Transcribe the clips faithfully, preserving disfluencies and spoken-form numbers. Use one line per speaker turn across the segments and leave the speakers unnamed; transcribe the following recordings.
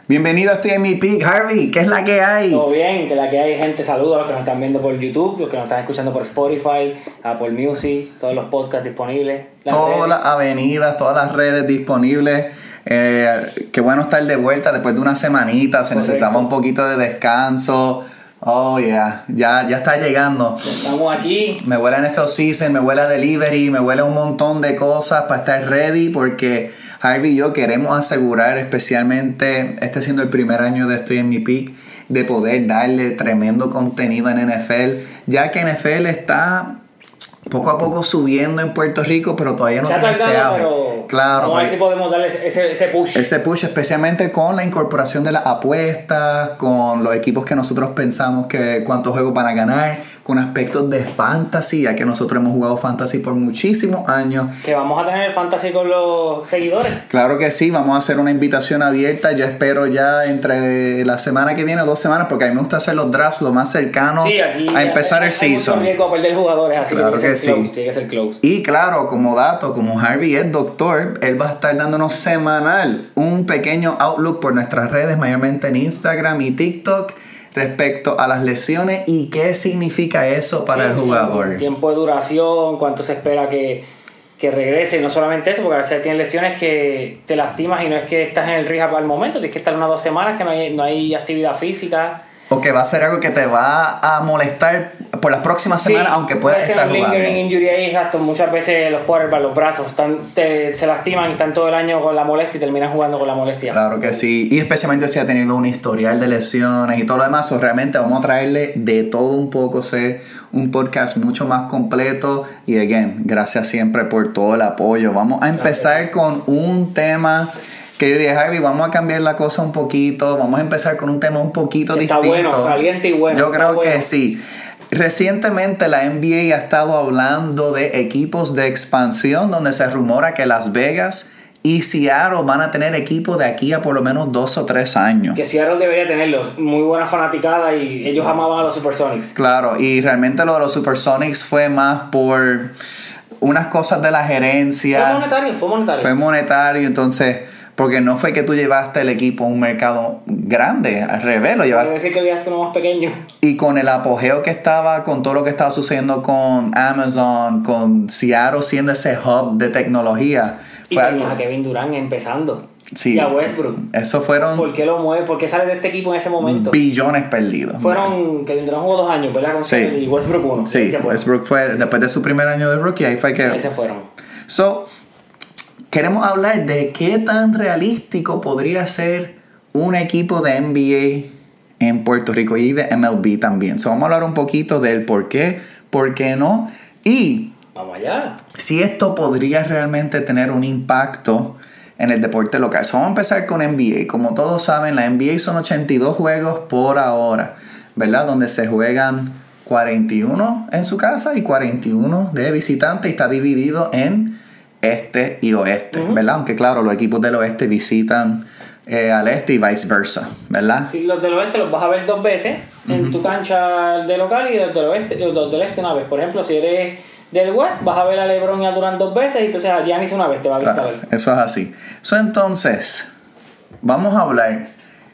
Bienvenido a Estoy en mi Peak, Harvey. ¿Qué es la que hay?
Todo bien, que la que hay, gente. Saludos a los que nos están viendo por YouTube, los que nos están escuchando por Spotify, Apple Music, todos los podcasts disponibles.
Todas
redes.
las avenidas, todas las redes disponibles. Eh, qué bueno estar de vuelta después de una semanita. Se
Correcto.
necesitaba un poquito de descanso. Oh, yeah. Ya, ya está llegando.
Estamos aquí.
Me huele a N F L Season, me huele a Delivery, me huele a un montón de cosas para estar ready porque Harvey y yo queremos asegurar, especialmente este siendo el primer año de Estoy en mi Peak, de poder darle tremendo contenido en N F L, ya que N F L está poco a poco subiendo en Puerto Rico, pero todavía no
Se ha
tiene ese
tardado,
auge.
pero
Claro,
vamos a ver si podemos darle ese, ese push.
ese push, especialmente con la incorporación de las apuestas, con los equipos que nosotros pensamos que cuántos juegos van a ganar, con aspectos de fantasy, ya que nosotros hemos jugado fantasy por muchísimos años.
Que vamos a tener el fantasy con los seguidores.
Claro que sí, vamos a hacer una invitación abierta. Yo espero ya entre la semana que viene o dos semanas, porque a mí me gusta hacer los drafts lo más cercano
Sí, aquí
a empezar
hay,
el
hay mucho
season.
riesgo a perder jugadores, así
Claro
que tiene
que
que ser
sí.
close. Tiene que ser close.
Y claro, como dato, como Harvey es doctor, él va a estar dándonos semanal un pequeño outlook por nuestras redes, mayormente en Instagram y TikTok, respecto a las lesiones y qué significa eso para
Sí,
el jugador.
Tiempo de duración, cuánto se espera que, que regrese. Y no solamente eso, porque a veces tienen lesiones que te lastimas y no es que estás en el rehab al momento, tienes que estar unas dos semanas que no hay, no hay actividad física.
O que va a ser algo que te va a molestar por las próximas semanas,
Sí,
aunque puedas
puedes
estar
tener un
jugando.
lingering injury ahí, exacto. Muchas veces los quarterbacks, los brazos, están, te, se lastiman y están todo el año con la molestia y terminan jugando con la molestia.
Claro que sí, y especialmente si ha tenido un historial de lesiones y todo lo demás, o realmente vamos a traerle de todo un poco, ser un podcast mucho más completo. Y again, gracias siempre por todo el apoyo. Vamos a empezar con un tema que yo dije, Harvey, vamos a cambiar la cosa un poquito, vamos a empezar con un tema un poquito
Está
distinto.
bueno, caliente y bueno.
Yo
está
creo
bueno.
que sí. Recientemente la N B A ha estado hablando de equipos de expansión, donde se rumora que Las Vegas y Seattle van a tener equipos de aquí a por lo menos dos o tres años.
Que Seattle debería tenerlos. Muy buena fanaticada y ellos amaban a los Supersonics.
Claro, y realmente lo de los Supersonics fue más por unas cosas de la gerencia.
Fue monetario, fue monetario.
Fue monetario, entonces, porque no fue que tú llevaste el equipo a un mercado grande, al revés, lo
Quiere
llevaste.
decir que llevaste uno más pequeño.
Y con el apogeo que estaba, con todo lo que estaba sucediendo con Amazon, con Seattle siendo ese hub de tecnología.
Y
fue
tenías
algo-
a Kevin Durant empezando.
Sí.
Y a Westbrook.
Eso fueron
¿Por qué lo mueve? ¿Por qué sale de este equipo en ese momento?
billones perdidos.
Fueron, Kevin Durant jugó dos años, ¿verdad? Con
Sí.
Kevin y Westbrook uno.
Sí,
Ahí se fueron.
Westbrook fue, después de su primer año de rookie, ahí fue que...
Ahí se fueron.
So, queremos hablar de qué tan realístico podría ser un equipo de N B A en Puerto Rico y de M L B también. So, vamos a hablar un poquito del por qué, por qué no, y
Vamos allá.
si esto podría realmente tener un impacto en el deporte local. So, vamos a empezar con N B A. Como todos saben, la N B A son ochenta y dos juegos por ahora, ¿verdad? Donde se juegan cuarenta y uno en su casa y cuarenta y uno de visitante, y está dividido en este y oeste,
Uh-huh.
¿verdad? Aunque claro, los equipos del oeste visitan eh, al este y viceversa, ¿verdad?
Si los del oeste los vas a ver dos veces en tu cancha de local y los del oeste, los del este una vez. Por ejemplo, si eres del West, vas a ver a LeBron y a Durant dos veces y entonces a Giannis una vez te va a visitar.
Claro, eso es así. So, entonces, vamos a hablar,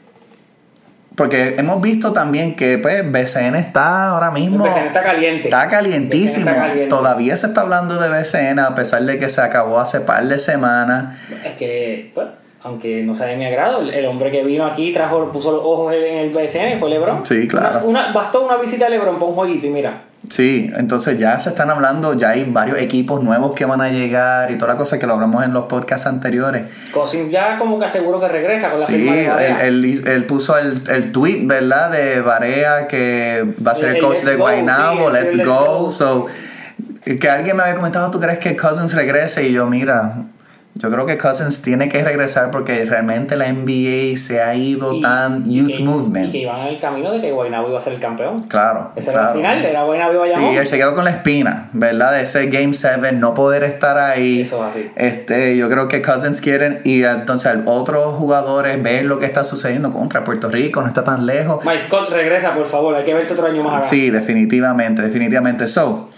porque hemos visto también que pues, B C N está ahora mismo...
B C N está caliente.
Está calientísimo.
B C N está caliente.
Todavía se está hablando de B C N a pesar de que se acabó hace par de semanas.
Es que, pues, aunque no sea de mi agrado, el, el hombre que vino aquí trajo, puso los ojos en el B C N fue LeBron.
Sí, claro.
Una, una, bastó una visita a LeBron para un jueguito y mira.
Sí, entonces ya se están hablando, ya hay varios equipos nuevos que van a llegar y toda la cosa que lo hablamos en los podcasts anteriores.
Cousins ya como que aseguró que regresa con la
Sí,
firma de Barea.
él, él, él puso el, el tweet, ¿verdad? De Barea que va a ser el,
El- el
coach
Let's
de
Go,
Guaynabo,
sí, el
let's,
Let's
go.
Go.
So, que alguien me había comentado, ¿tú crees que Cousins regrese? Y yo, mira, yo creo que Cousins tiene que regresar porque realmente la N B A se ha ido
Y-
tan
y
youth
que-
movement.
Y que iban en el camino de que Guaynabo iba a ser el campeón.
Claro.
Ese
claro.
era el final, era Guaynabo y
Sí,
Bayamón.
él se quedó con la espina, ¿verdad? De ese Game siete, no poder estar ahí.
Eso es así.
Este, yo creo que Cousins quieren, y entonces otros jugadores ver lo que está sucediendo contra Puerto Rico, no está tan lejos.
Mike Scott, regresa, por favor, hay que verte otro año más acá.
Sí, definitivamente, definitivamente. So,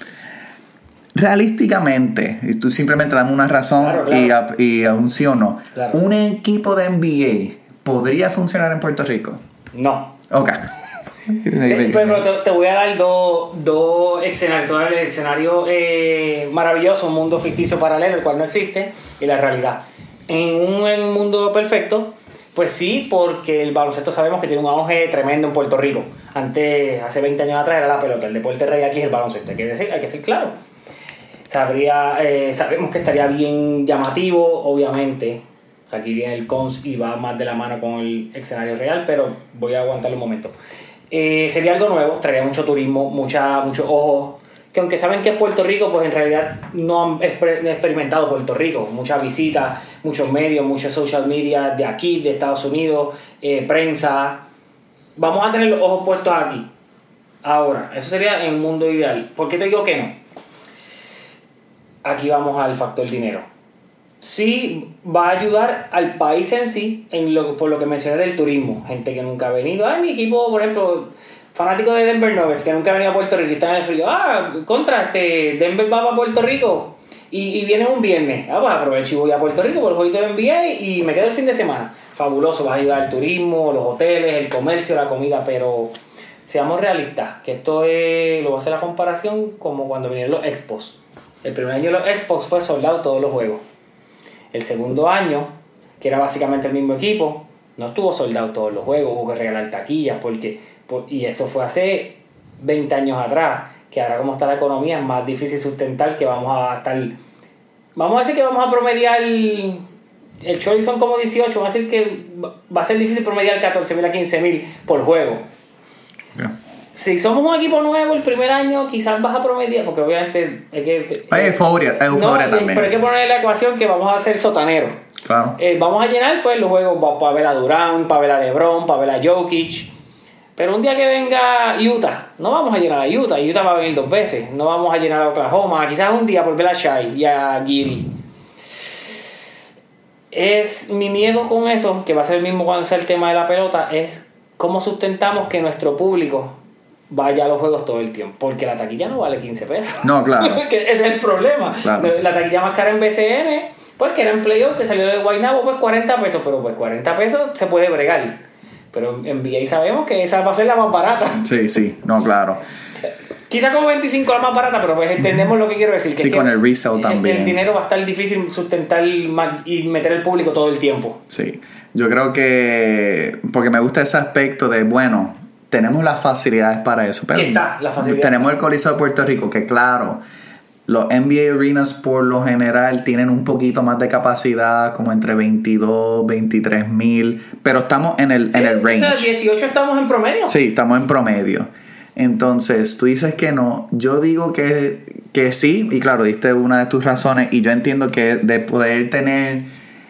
realísticamente, y tú simplemente dame una razón
Claro, claro.
Y, a- y a un sí o no.
Claro.
Un equipo de N B A ¿podría funcionar en Puerto Rico?
No.
Ok.
Te, pero te, te voy a dar dos dos escenarios. Te voy a dar el escenario eh, maravilloso, un mundo ficticio paralelo, el cual no existe, y la realidad. En un, en un mundo perfecto, pues sí, porque el baloncesto sabemos que tiene un auge tremendo en Puerto Rico. Antes, hace veinte años atrás, era la pelota. El deporte rey aquí es el baloncesto. Hay que decir, hay que ser claro. Sabría, eh, sabemos que estaría bien llamativo, obviamente. Aquí viene el cons y va más de la mano con el escenario real, pero voy a aguantarlo un momento. Eh, sería algo nuevo, traería mucho turismo, mucha, muchos ojos, que aunque saben que es Puerto Rico, pues en realidad no han exper- experimentado Puerto Rico. Muchas visitas, muchos medios, muchos social media de aquí, de Estados Unidos, eh, prensa. Vamos a tener los ojos puestos aquí. Ahora, eso sería en un mundo ideal. ¿Por qué te digo que no? Aquí vamos al factor dinero. Sí, va a ayudar al país en sí, en lo, por lo que mencioné del turismo. Gente que nunca ha venido. Ay, mi equipo, por ejemplo, fanático de Denver Nuggets, que nunca ha venido a Puerto Rico y está en el frío. Ah, contra, este, Denver va a Puerto Rico y, y viene un viernes. Ah, pues aprovecho y voy a Puerto Rico por el jueguito de N B A y me quedo el fin de semana. Fabuloso, va a ayudar al turismo, los hoteles, el comercio, la comida, pero seamos realistas, que esto es, lo voy a hacer la comparación como cuando vinieron los Expos. El primer año de los Expos fue soldado todos los juegos. El segundo año, que era básicamente el mismo equipo, no estuvo soldado todos los juegos, hubo que regalar taquillas, porque, por, y eso fue hace veinte años atrás, que ahora como está la economía es más difícil sustentar, que vamos a estar, vamos a decir que vamos a promediar, el, el Choli son como dieciocho, vamos a decir que va a ser difícil promediar catorce mil a quince mil por juego. Yeah. Si somos un equipo nuevo el primer año, quizás vas a promediar, porque obviamente hay que...
Hay euforia, hay euforia
no,
también.
Pero hay que poner en la ecuación que vamos a ser sotaneros.
Claro.
Eh, vamos a llenar pues los juegos para ver a Durant, para ver a LeBron, para ver a Jokic. Pero un día que venga Utah, no vamos a llenar a Utah. Utah va a venir dos veces. No vamos a llenar a Oklahoma. Quizás un día por ver a Shai y a Giri. Es mi miedo con eso, que va a ser el mismo cuando sea el tema de la pelota, es cómo sustentamos que nuestro público vaya a los juegos todo el tiempo, porque la taquilla no vale quince pesos.
No, claro.
Que ese es el problema.
Claro.
La taquilla más cara en B C N, pues que era en playoff, que salió de Guaynabo, pues cuarenta pesos, pero pues cuarenta pesos se puede bregar. Pero en N B A sabemos que esa va a ser la más barata.
Sí, sí, no, claro.
Quizá como veinticinco la más barata, pero pues entendemos lo que quiero decir. Que
sí,
es
con
que
el resale
el,
también.
El dinero va a estar difícil sustentar y meter el público todo el tiempo.
Sí, yo creo que, porque me gusta ese aspecto de, bueno, tenemos las facilidades para eso. Pero
¿Qué está? La facilidad.
Tenemos el Coliseo de Puerto Rico, que claro, los N B A Arenas por lo general tienen un poquito más de capacidad, como entre veintidós, veintitrés mil, pero estamos en el,
sí,
en el range.
O sea, dieciocho estamos en promedio.
Sí, estamos en promedio. Entonces, tú dices que no, yo digo que, que sí, y claro, diste una de tus razones, y yo entiendo que de poder tener...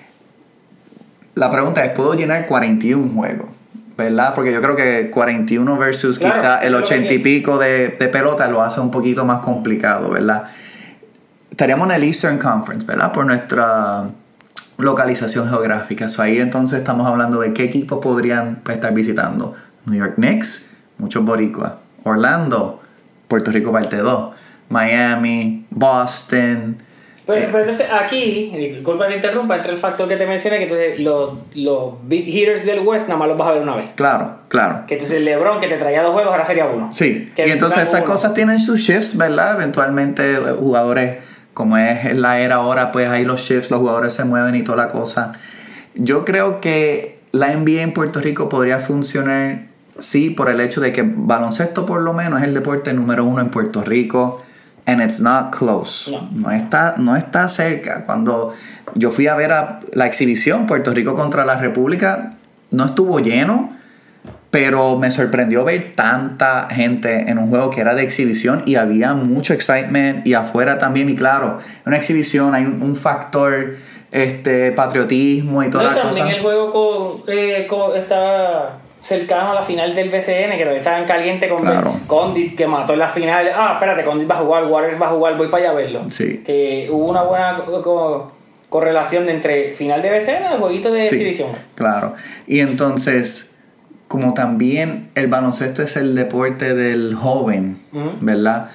La pregunta es, ¿puedo llenar cuarenta y uno juegos? ¿Verdad? Porque yo creo que cuarenta y uno versus claro, quizá el ochenta y pico de, de pelota lo hace un poquito más complicado, ¿verdad? Estaríamos en el Eastern Conference, ¿verdad? Por nuestra localización geográfica. So, ahí entonces estamos hablando de qué equipos podrían pues, estar visitando. New York Knicks, muchos boricuas. Orlando, Puerto Rico parte dos. Miami, Boston...
Pero, pero entonces aquí, disculpa que te interrumpa, entre el factor que te mencioné, que entonces los, los big hitters del West nada más los vas a ver una vez.
Claro, claro.
Que entonces LeBron, que te traía dos juegos, ahora sería uno.
Sí,
que
y entonces esas uno. Cosas tienen sus shifts, ¿verdad? Eventualmente jugadores, como es la era ahora, pues ahí los shifts, los jugadores se mueven y toda la cosa. Yo creo que la N B A en Puerto Rico podría funcionar, sí, por el hecho de que baloncesto por lo menos es el deporte número uno en Puerto Rico. And it's not close.
No.
No está, no está cerca. Cuando yo fui a ver a la exhibición Puerto Rico contra la República, no estuvo lleno, pero me sorprendió ver tanta gente en un juego que era de exhibición y había mucho excitement y afuera también. Y claro, en una exhibición hay un, un factor este patriotismo y toda
no,
la cosa.
También el juego con, eh, con está cercano a la final del B C N, que todavía estaban caliente con
claro.
Condit, que mató en la final. Ah, espérate, Condit va a jugar, Waters va a jugar, voy para allá a verlo.
Sí.
Que hubo una buena co- co- correlación entre final de B C N y el jueguito de
sí,
exhibición.
Claro. Y entonces, como también el baloncesto es el deporte del joven, uh-huh. ¿verdad?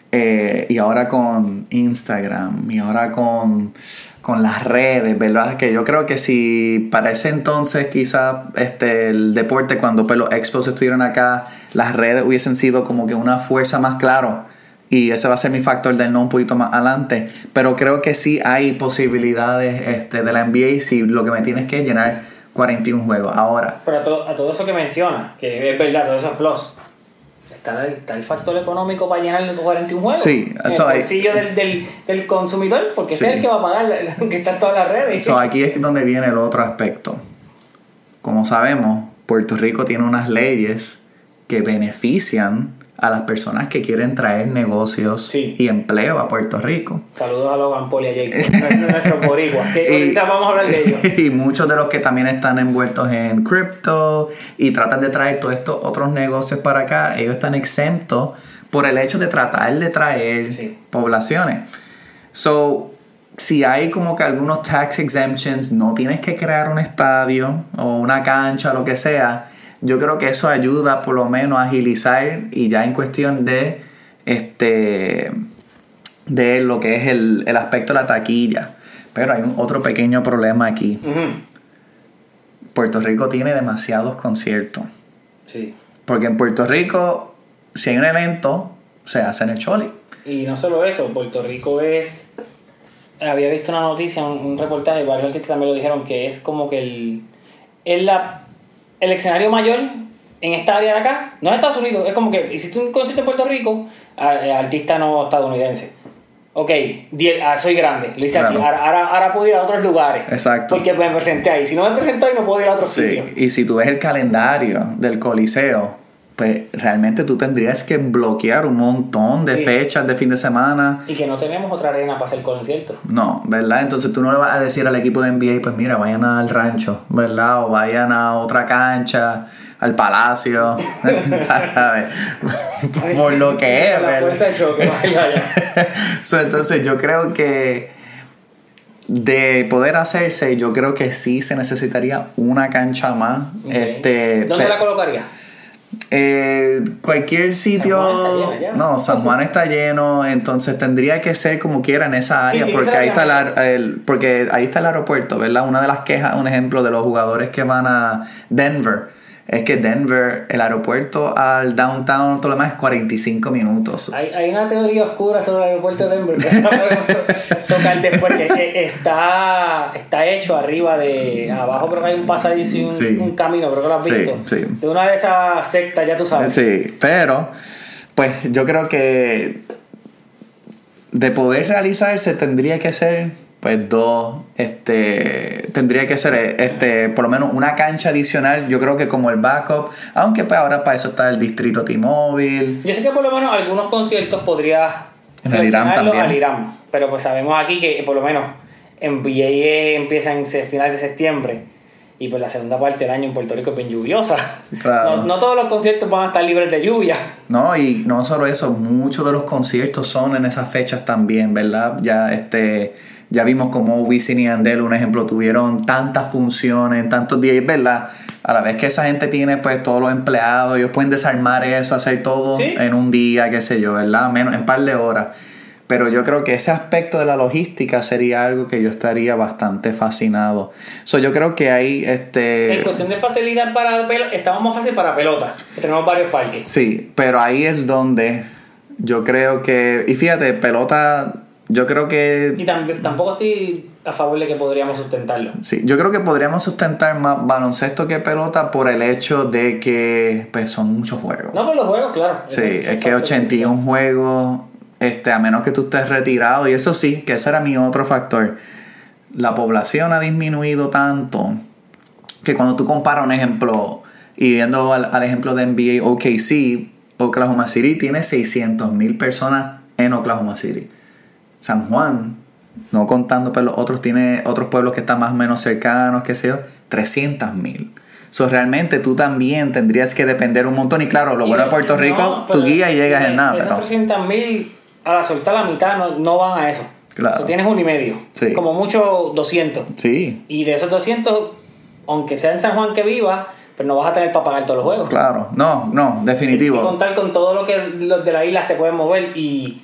Eh, y ahora con Instagram y ahora con, con las redes, ¿verdad? Que yo creo que si para ese entonces quizás este, el deporte, cuando pues, los expos estuvieron acá, las redes hubiesen sido como que una fuerza más claro, y ese va a ser mi factor del no un poquito más adelante, pero creo que sí hay posibilidades este, de la N B A si lo que me tienes que llenar cuarenta y uno juegos. Ahora,
pero a, to, a todo eso que menciona, que es verdad, todo eso es plus. Está el, está el factor económico para llenar los cuarenta y uno juegos.
Sí,
en el bolsillo del, del, del consumidor, porque sí. Ese es el que va a pagar, que está en todas las redes.
So, aquí es donde viene el otro aspecto. Como sabemos, Puerto Rico tiene unas leyes que benefician a las personas que quieren traer negocios sí. y empleo a Puerto Rico.
Saludos a Logan Paul y a Jake, nuestros boricuas, que y, ahorita vamos a hablar de ellos.
Y muchos de los que también están envueltos en cripto y tratan de traer todos estos otros negocios para acá, ellos están exentos por el hecho de tratar de traer sí. poblaciones. So, si hay como que algunos tax exemptions, no tienes que crear un estadio o una cancha, lo que sea. Yo creo que eso ayuda por lo menos a agilizar, y ya en cuestión de este de lo que es el, el aspecto de la taquilla. Pero hay un otro pequeño problema aquí. Uh-huh. Puerto Rico tiene demasiados conciertos. Sí. Porque en Puerto Rico, si hay un evento, se hace en el Choli.
Y no solo eso, Puerto Rico es... Había visto una noticia, un, un reportaje, varios artistas también lo dijeron, que es como que el... Es la... El escenario mayor en esta área de acá, no es Estados Unidos, es como que hiciste un concierto en Puerto Rico, artista no estadounidense. Ok, soy grande, lo hice claro. aquí, ahora, ahora, ahora puedo ir a otros lugares.
Exacto.
Porque me presenté ahí. Si no me presento ahí, no puedo ir a otros
sí.
sitios.
Y si tú ves el calendario del Coliseo, pues realmente tú tendrías que bloquear un montón de sí. fechas de fin de semana.
Y que no tenemos otra arena para hacer conciertos.
No, ¿verdad? Entonces tú no le vas a decir al equipo de N B A, pues mira, vayan al rancho, ¿verdad? O vayan a otra cancha, al Palacio, ¿sabes? Por lo que es,
la
¿verdad?
Fuerza de choque, vaya, vaya.
So, entonces yo creo que de poder hacerse, yo creo que sí se necesitaría una cancha más. Okay. Este,
¿Dónde pe- la colocaría?
Eh, cualquier sitio. San Juan está lleno ya. No, San Juan está lleno, entonces tendría que ser como quiera en esa área, sí, porque ahí está el, el porque ahí está el aeropuerto, ¿verdad? Una de las quejas, un ejemplo de los jugadores que van a Denver, es que Denver, el aeropuerto al downtown, todo lo demás es cuarenta y cinco minutos.
Hay, hay una teoría oscura sobre el aeropuerto de Denver que tocar después, que está, está hecho arriba de abajo, creo que hay un pasadizo y un, sí. un camino, creo que lo has visto. Sí, sí. De una de esas sectas, ya tú sabes.
Sí, pero pues yo creo que de poder realizarse tendría que ser pues dos, este, tendría que ser este, por lo menos una cancha adicional, yo creo que como el backup, aunque pues ahora para eso está el distrito T-Mobile.
Yo sé que por lo menos algunos conciertos podrías
seleccionarlos
al Irán, pero pues sabemos aquí que por lo menos N B A empieza en finales de septiembre y pues la segunda parte del año en Puerto Rico es bien lluviosa. Claro. No, no todos los conciertos van a estar libres de lluvia.
No, y no solo eso, muchos de los conciertos son en esas fechas también, ¿verdad? Ya este Ya vimos como Wisin y Yandel, un ejemplo, tuvieron tantas funciones, tantos días, ¿verdad? A la vez que esa gente tiene pues todos los empleados, ellos pueden desarmar eso, hacer todo ¿sí? en un día, qué sé yo, ¿verdad? Menos, en un par de horas. Pero yo creo que ese aspecto de la logística sería algo que yo estaría bastante fascinado. So, yo creo que hay este...
En cuestión de facilidad para pelota, estamos más fácil para pelota, que tenemos varios parques.
Sí, pero ahí es donde yo creo que... Y fíjate, pelota... Yo creo que...
Y tam- tampoco estoy a favor de que podríamos sustentarlo.
Sí, yo creo que podríamos sustentar más baloncesto que pelota por el hecho de que pues, son muchos juegos.
No, por los juegos, claro.
Sí, es, es que ochenta y uno juegos, este, a menos que tú estés retirado, y eso sí, que ese era mi otro factor. La población ha disminuido tanto que cuando tú comparas un ejemplo, y viendo al, al ejemplo de N B A, O K C, Oklahoma City tiene seiscientas mil personas en Oklahoma City. San Juan, no contando pero los otros, tiene otros pueblos que están más o menos cercanos, qué sé yo, trescientas mil. So, realmente tú también tendrías que depender un montón. Y claro, lo bueno de Puerto Rico, no, tú guías y llegas en nada.
Esos
pero
trescientas mil, a la soltar la mitad, no, no van a eso.
Claro.
O sea, tienes uno y medio.
Sí.
Como mucho doscientos.
Sí.
Y de esos doscientos, aunque sea en San Juan que viva, pero no vas a tener para pagar todos los juegos.
Claro. No, no, definitivo.
Hay que contar con todo lo que los de la isla se pueden mover y...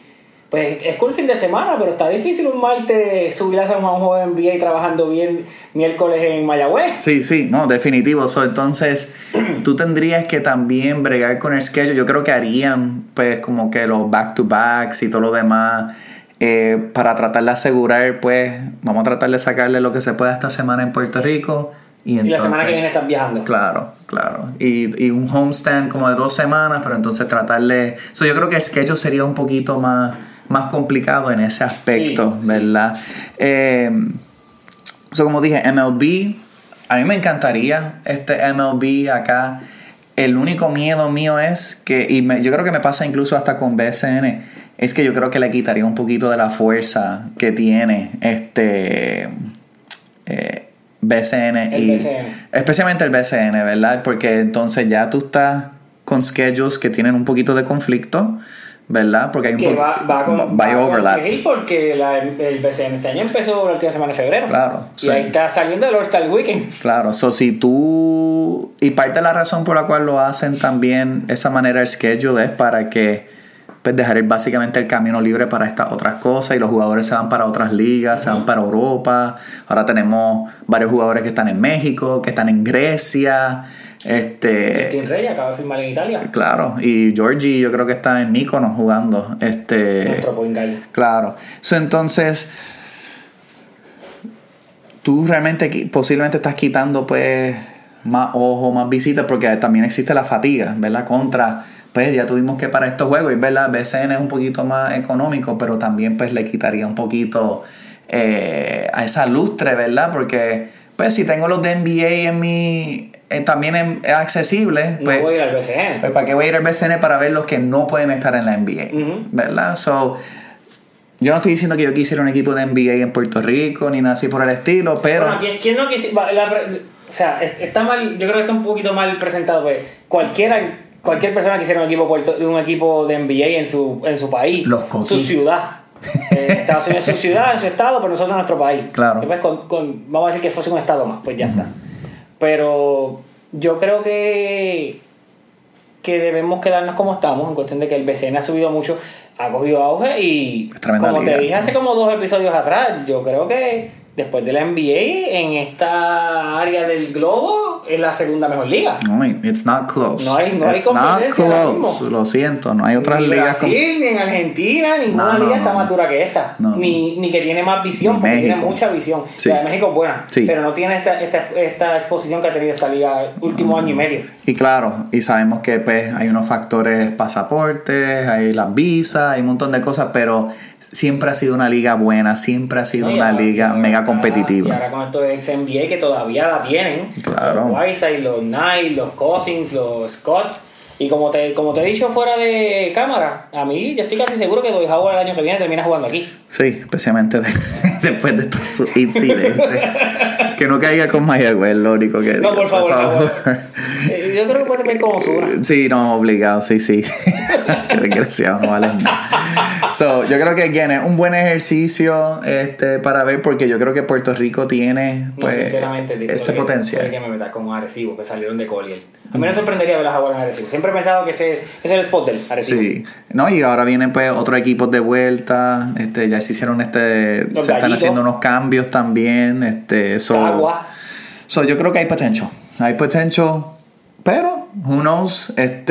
pues es cool fin de semana, pero está difícil un martes subir a San Juan a un juego de N B A y trabajando bien miércoles en Mayagüez.
Sí, sí, no, definitivo. So, entonces, tú tendrías que también bregar con el schedule. Yo creo que harían, pues, como que los back-to-backs y todo lo demás, eh, para tratar de asegurar, pues, vamos a tratar de sacarle lo que se pueda esta semana en Puerto Rico. Y, entonces,
y la semana que viene están viajando.
Claro, claro. Y, y un homestand como de dos semanas, pero entonces tratarle... So, yo creo que el schedule sería un poquito más... más complicado en ese aspecto, sí, ¿verdad? Sí. Eh, so, como dije, M L B, a mí me encantaría este M L B acá. El único miedo mío es que, y me, yo creo que me pasa incluso hasta con B C N, es que yo creo que le quitaría un poquito de la fuerza que tiene este eh, B C N.
El
y
B C N.
Especialmente el B C N, ¿verdad? Porque entonces ya tú estás con schedules que tienen un poquito de conflicto, ¿verdad? Porque hay un
que
poco
va, va con
va
va
overlap.
Porque la, el B C N este año empezó la última semana de febrero.
Claro.
Y
sí.
ahí está saliendo el All-Star Weekend.
Claro. So, si tú... Y parte de la razón por la cual lo hacen también esa manera el schedule es para que pues dejar el, básicamente el camino libre para estas otras cosas y los jugadores se van para otras ligas, uh-huh. se van para Europa. Ahora tenemos varios jugadores que están en México, que están en Grecia. Este,
Martín Reyes acaba de firmar en Italia.
Claro, y Georgie yo creo que está en Mykonos jugando. Este,
Nuestro point guard.
Claro. So, entonces, tú realmente posiblemente estás quitando pues más ojo, más visitas, porque también existe la fatiga, ¿verdad? Contra, pues ya tuvimos que para estos juegos, y ¿verdad? B C N es un poquito más económico, pero también pues le quitaría un poquito eh, a esa lustre, ¿verdad? Porque pues si tengo los de N B A en mi... Eh, también es accesible, pues,
no voy a ir al B C N.
Pues, ¿para qué voy a ir al B C N para ver los que no pueden estar en la N B A? Uh-huh. ¿Verdad? So, yo no estoy diciendo que yo quisiera un equipo de N B A en Puerto Rico ni nada así por el estilo, pero...
Bueno, ¿quién, quién no quisiera...? La, o sea, está mal, yo creo que está un poquito mal presentado, pues cualquiera... Cualquier persona quisiera un equipo, un equipo de N B A en su, en su país,
los coquis.
Su ciudad. eh, Estados Unidos es su ciudad, en su estado, pero nosotros en nuestro país.
Claro.
Después con, con, vamos a decir que fuese un estado más, pues ya uh-huh. está. Pero yo creo que que debemos quedarnos como estamos, en cuestión de que el B C N ha subido mucho, ha cogido auge y como
liga.
Te dije hace como dos episodios atrás, yo creo que después de la N B A en esta área del globo es la segunda mejor liga.
No, it's not close.
No hay, no hay
it's
competencia
not
ahora mismo.
Lo siento, no hay otras
ni
ligas
Brasil, con... ni en Argentina, ninguna
no, no,
liga está
no,
más dura que esta.
No,
ni, ni que tiene más visión,
ni
porque
México.
tiene mucha visión.
Sí.
La de México es buena,
sí.
pero no tiene esta, esta, esta exposición que ha tenido esta liga el último
no.
año y medio.
Y claro, y sabemos que pues hay unos factores pasaportes, hay las visas, hay un montón de cosas, pero siempre ha sido una liga buena, siempre ha sido
no,
una
ahora,
liga
ahora,
mega competitiva.
Y ahora con estos ex N B A que todavía la tienen,
claro.
los Whiteside, los Knight, los Cousins, los Scott, y como te, como te he dicho fuera de cámara, a mí yo estoy casi seguro que Dwight Howard el año que viene termina jugando aquí.
Sí, especialmente de, después de estos incidentes. Que no caiga con Mayagüez, lo único que digo.
No, por favor,
por favor.
Eh, yo creo que puede terminar como Osuna.
Sí, no, obligado, sí, sí. Qué desgraciado, no vale nada. So, yo creo que again, es un buen ejercicio este, para ver, porque yo creo que Puerto Rico tiene pues,
no, sinceramente, tío,
ese
que,
potencial.
Sé que me metas con Arecibo, que salieron de Collier. A mí me sorprendería ver a Jaguar en Arecibo. Siempre he pensado que ese, ese es el spot del Arecibo.
Sí, no, y ahora vienen pues otros equipos de vuelta. Este, ya se hicieron este.
Los
se
gallitos.
Están haciendo unos cambios también. Este, so,
Agua.
So, yo creo que hay potential. Hay potential. Pero, who knows,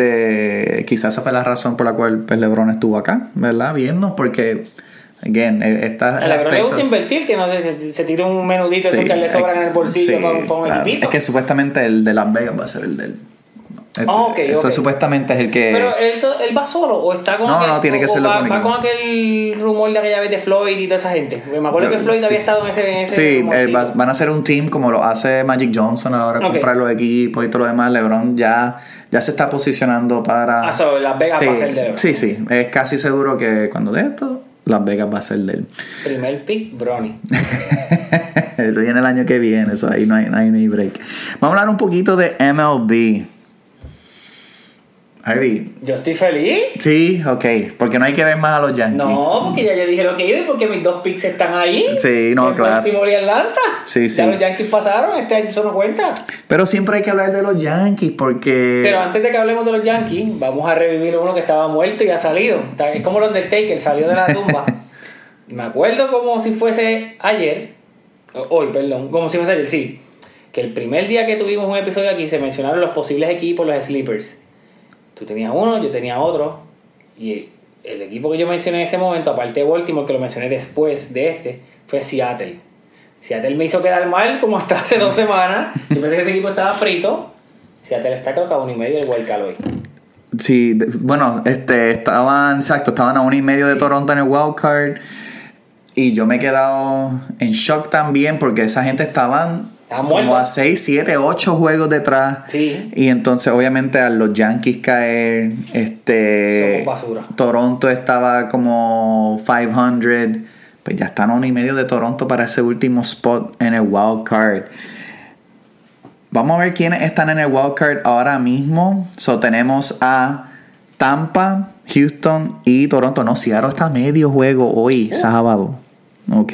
este, quizás esa fue la razón por la cual pues, LeBron estuvo acá, ¿verdad? Viendo, porque, again, está...
A LeBron le gusta invertir, que no se, se tire un menudito sí, que le sobran en el bolsillo sí, para, para un
claro.
equipito.
Es que supuestamente el de Las Vegas va a ser el del... Es,
oh, okay,
eso
okay.
supuestamente es el que...
Pero él, él va solo o está con
no,
aquel,
no, tiene que
o,
ser
o va,
lo
va con aquel rumor de aquella vez de Floyd y toda esa gente. Me acuerdo Yo, que Floyd sí. había estado en ese, en ese
sí, eh, va, van a hacer un team como lo hace Magic Johnson a la hora de okay. comprar los equipos y todo lo demás. LeBron ya, ya se está posicionando para...
Ah, so, Las Vegas
sí,
va a ser de LeBron.
Sí, sí, es casi seguro que cuando de esto Las Vegas va a ser de él.
Primer pick, Bronny.
Eso viene el año que viene, eso ahí no hay, no hay, no hay break. Vamos a hablar un poquito de M L B. Harvey.
Yo estoy feliz.
Sí, ok. Porque no hay que ver más a los Yankees.
No, porque ya yo dije lo que iba y porque mis dos picks están ahí.
Sí, no,
el
claro.
Baltimore y Atlanta.
Sí, sí.
Ya los Yankees pasaron, este año eso no cuenta.
Pero siempre hay que hablar de los Yankees porque...
Pero antes de que hablemos de los Yankees, vamos a revivir uno que estaba muerto y ha salido. Es como el Undertaker, salió de la tumba. Me acuerdo como si fuese ayer, hoy, perdón, como si fuese ayer, sí. Que el primer día que tuvimos un episodio aquí se mencionaron los posibles equipos, los sleepers. Tú tenías uno, yo tenía otro. Y el equipo que yo mencioné en ese momento, aparte de Baltimore, que lo mencioné después de este, fue Seattle. Seattle me hizo quedar mal como hasta hace dos semanas. Yo pensé que ese equipo estaba frito. Seattle está creo que a uno y medio del wildcard hoy.
Sí, de- bueno, este, estaban, exacto, estaban a uno y medio de
Sí.
Toronto en el wildcard. Y yo me he quedado en shock también porque esa gente estaban
Estaban
como
muertos.
a seis, siete, ocho juegos detrás.
Sí.
Y entonces obviamente a los Yankees caer, este
Somos basura.
Toronto estaba como quinientos, pues ya están a uno y medio de Toronto para ese último spot en el wild card. Vamos a ver quiénes están en el wild card ahora mismo. So tenemos a Tampa, Houston y Toronto. No, Seattle está a medio juego hoy,
Uh.
sábado. Ok.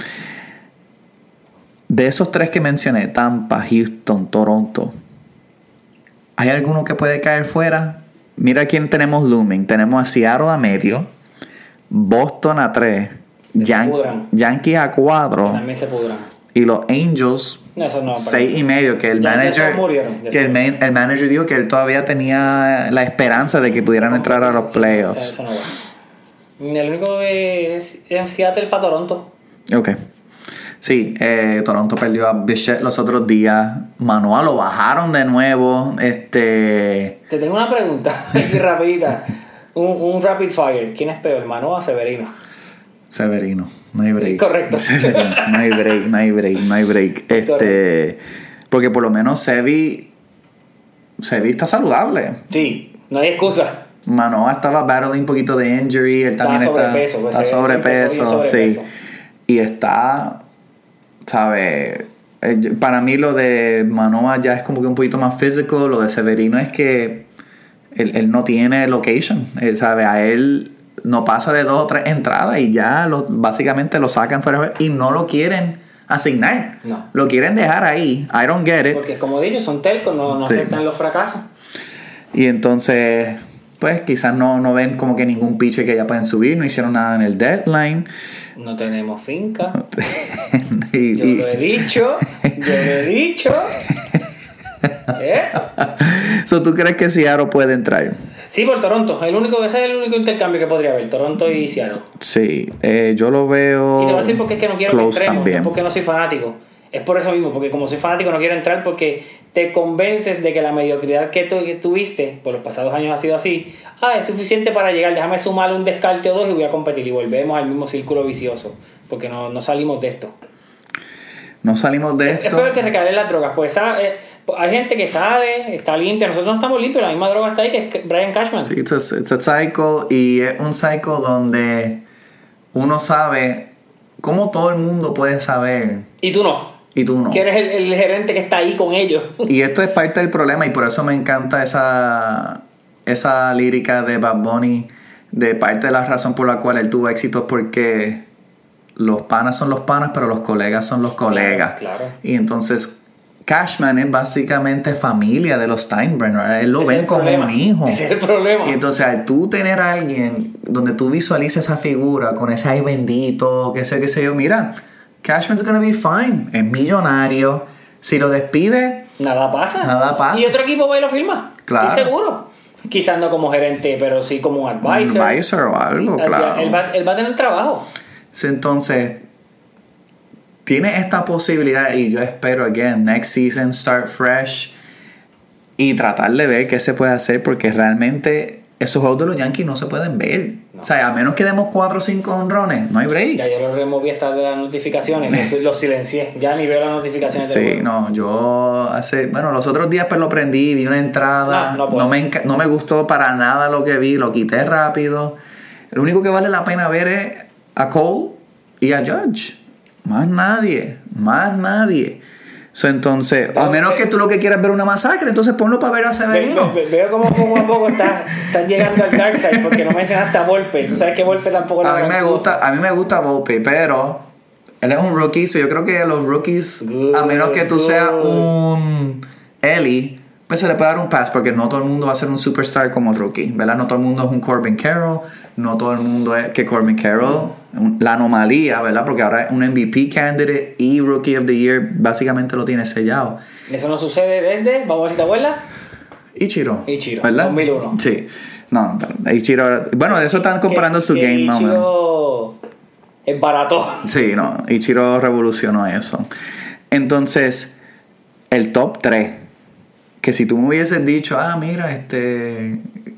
De esos tres que mencioné, Tampa, Houston, Toronto, ¿hay alguno que puede caer fuera? Mira quién tenemos looming. Tenemos a Seattle a medio, Boston a tres,
Se
Yan-
pudran.
Yankees a cuatro
También se pudran.
y los Angels
No, eso no.
seis y medio. Que el
Ya- ya
manager,
esos murieron, ya
que el,
esos
man- el manager dijo que él todavía tenía la esperanza de que pudieran entrar a los
Sí,
playoffs.
Eso, eso no va. El único es, es Seattle para Toronto.
Ok. Sí, eh, Toronto perdió a Bichette los otros días. Manoa lo bajaron de nuevo. Este.
Te tengo una pregunta aquí rapidita. Un, un rapid fire. ¿Quién es peor, Manoa o Severino?
Severino. No hay break.
Correcto.
Severino. No hay break, no hay break, no hay break. Este.
Correcto.
Porque por lo menos Sevi. Sevi está saludable.
Sí, no hay excusa.
Manoa estaba battling un poquito de injury. Él
Está
también está.
sobrepeso, pues,
Está
se-
sobrepeso,
empezó bien sobrepeso.
sí. Y está. ¿Sabes? Eh, yo- Para mí lo de Manoa ya es como que un poquito más físico. Lo de Severino es que él, él no tiene location. Él sabe, a él no pasa de dos o tres entradas y ya lo, básicamente lo sacan fuera y no lo quieren asignar.
No.
Lo quieren dejar ahí. I don't get it.
Porque como dicho, son telcos, no, no
Sí.
aceptan los fracasos.
Y entonces, pues quizás no, no ven como que ningún pitcher que ya pueden subir. No hicieron nada en el deadline.
No tenemos finca.
y,
Yo
y-
lo he dicho. Yo lo he dicho. ¿Eh?
So, ¿tú crees que Seattle puede entrar?
Sí, por Toronto. El único, ese es el único intercambio que podría haber. Toronto y Seattle.
Sí, eh, yo lo veo.
Y te voy a decir porque es que no quiero que
close
entremos, no
también.
es porque no soy fanático. Es por eso mismo, porque como soy fanático no quiero entrar porque te convences de que la mediocridad que, tu, que tuviste por los pasados años ha sido así. Ah, es suficiente para llegar, déjame sumar un descarte o dos y voy a competir. Y volvemos al mismo círculo vicioso, porque no, no salimos de esto.
No salimos de
Es
esto.
peor que recaer en las drogas, pues esa- eh, hay gente que sale, está limpia, nosotros no estamos limpios, la misma droga está ahí que es Brian Cashman.
Sí, it's a, it's a cycle y es un cycle donde uno sabe cómo todo el mundo puede saber
Y tú no,
y tú no.
que eres el, el gerente que está ahí con ellos.
Y esto es parte del problema y por eso me encanta esa, esa lírica de Bad Bunny, de parte de la razón por la cual él tuvo éxito es porque los panas son los panas, pero los colegas son los colegas.
Claro, claro.
Y entonces Cashman es básicamente familia de los Steinbrenner. Él lo
Ese es
ven
el
como
problema.
un hijo.
Ese es el problema.
Y entonces al tú tener a alguien donde tú visualices esa figura con ese ay bendito, qué sé, qué sé yo, mira, Cashman's gonna be fine. Es millonario. Si lo despide,
Nada pasa.
Nada pasa.
Y otro equipo va y lo firma.
Claro.
Estoy seguro. Quizás no como gerente, pero sí como un advisor.
un advisor o algo,
Él-
claro.
Él va, él va a tener trabajo.
Sí, entonces, tiene esta posibilidad y yo espero, again, next season, start fresh y tratar de ver qué se puede hacer porque realmente esos juegos de los Yankees no se pueden ver.
No.
O sea, a menos que demos cuatro o cinco honrones, no hay break.
Ya yo los removí hasta de las notificaciones. los, los silencié. Ya ni veo las notificaciones. del
Sí,
juego.
no, yo hace, bueno, los otros días pues lo prendí, vi una entrada,
No, no
no,
puedo.
me, enca- no me gustó para nada lo que vi, lo quité rápido. Lo único que vale la pena ver es a Cole y a Judge. Más nadie, más nadie. So, entonces,
Veo
a menos
que-
que tú lo que quieras ver una masacre, entonces ponlo para ver a
Ve-
Severino.
ve- Veo como poco a poco estás estás llegando al dark side porque no mencionaste a Volpe. Tú sabes que Volpe tampoco
A
es
mí
una
me
gran
gusta,
cosa.
a mí me gusta Volpe, pero él es un rookie, so yo creo que los rookies,
Good,
a menos que tú seas
good.
un Ellie, pues se le puede dar un pass porque no todo el mundo va a ser un superstar como rookie, ¿verdad? No todo el mundo es un Corbin Carroll, no todo el mundo es que Corbin Carroll, un- la anomalía, ¿verdad? Porque ahora es un M V P candidate y Rookie of the Year básicamente lo tiene sellado.
Eso no sucede desde, vamos a ver si te acuerdas.
Ichiro.
Ichiro,
¿verdad?
dos mil uno.
Sí. No, pero Ichiro, bueno, de eso están comparando
Que-
su
que
game, más o menos.
Ichiro es barato.
Sí, no, Ichiro revolucionó eso. Entonces, el top tres, que si tú me hubieses dicho, ah, mira, este,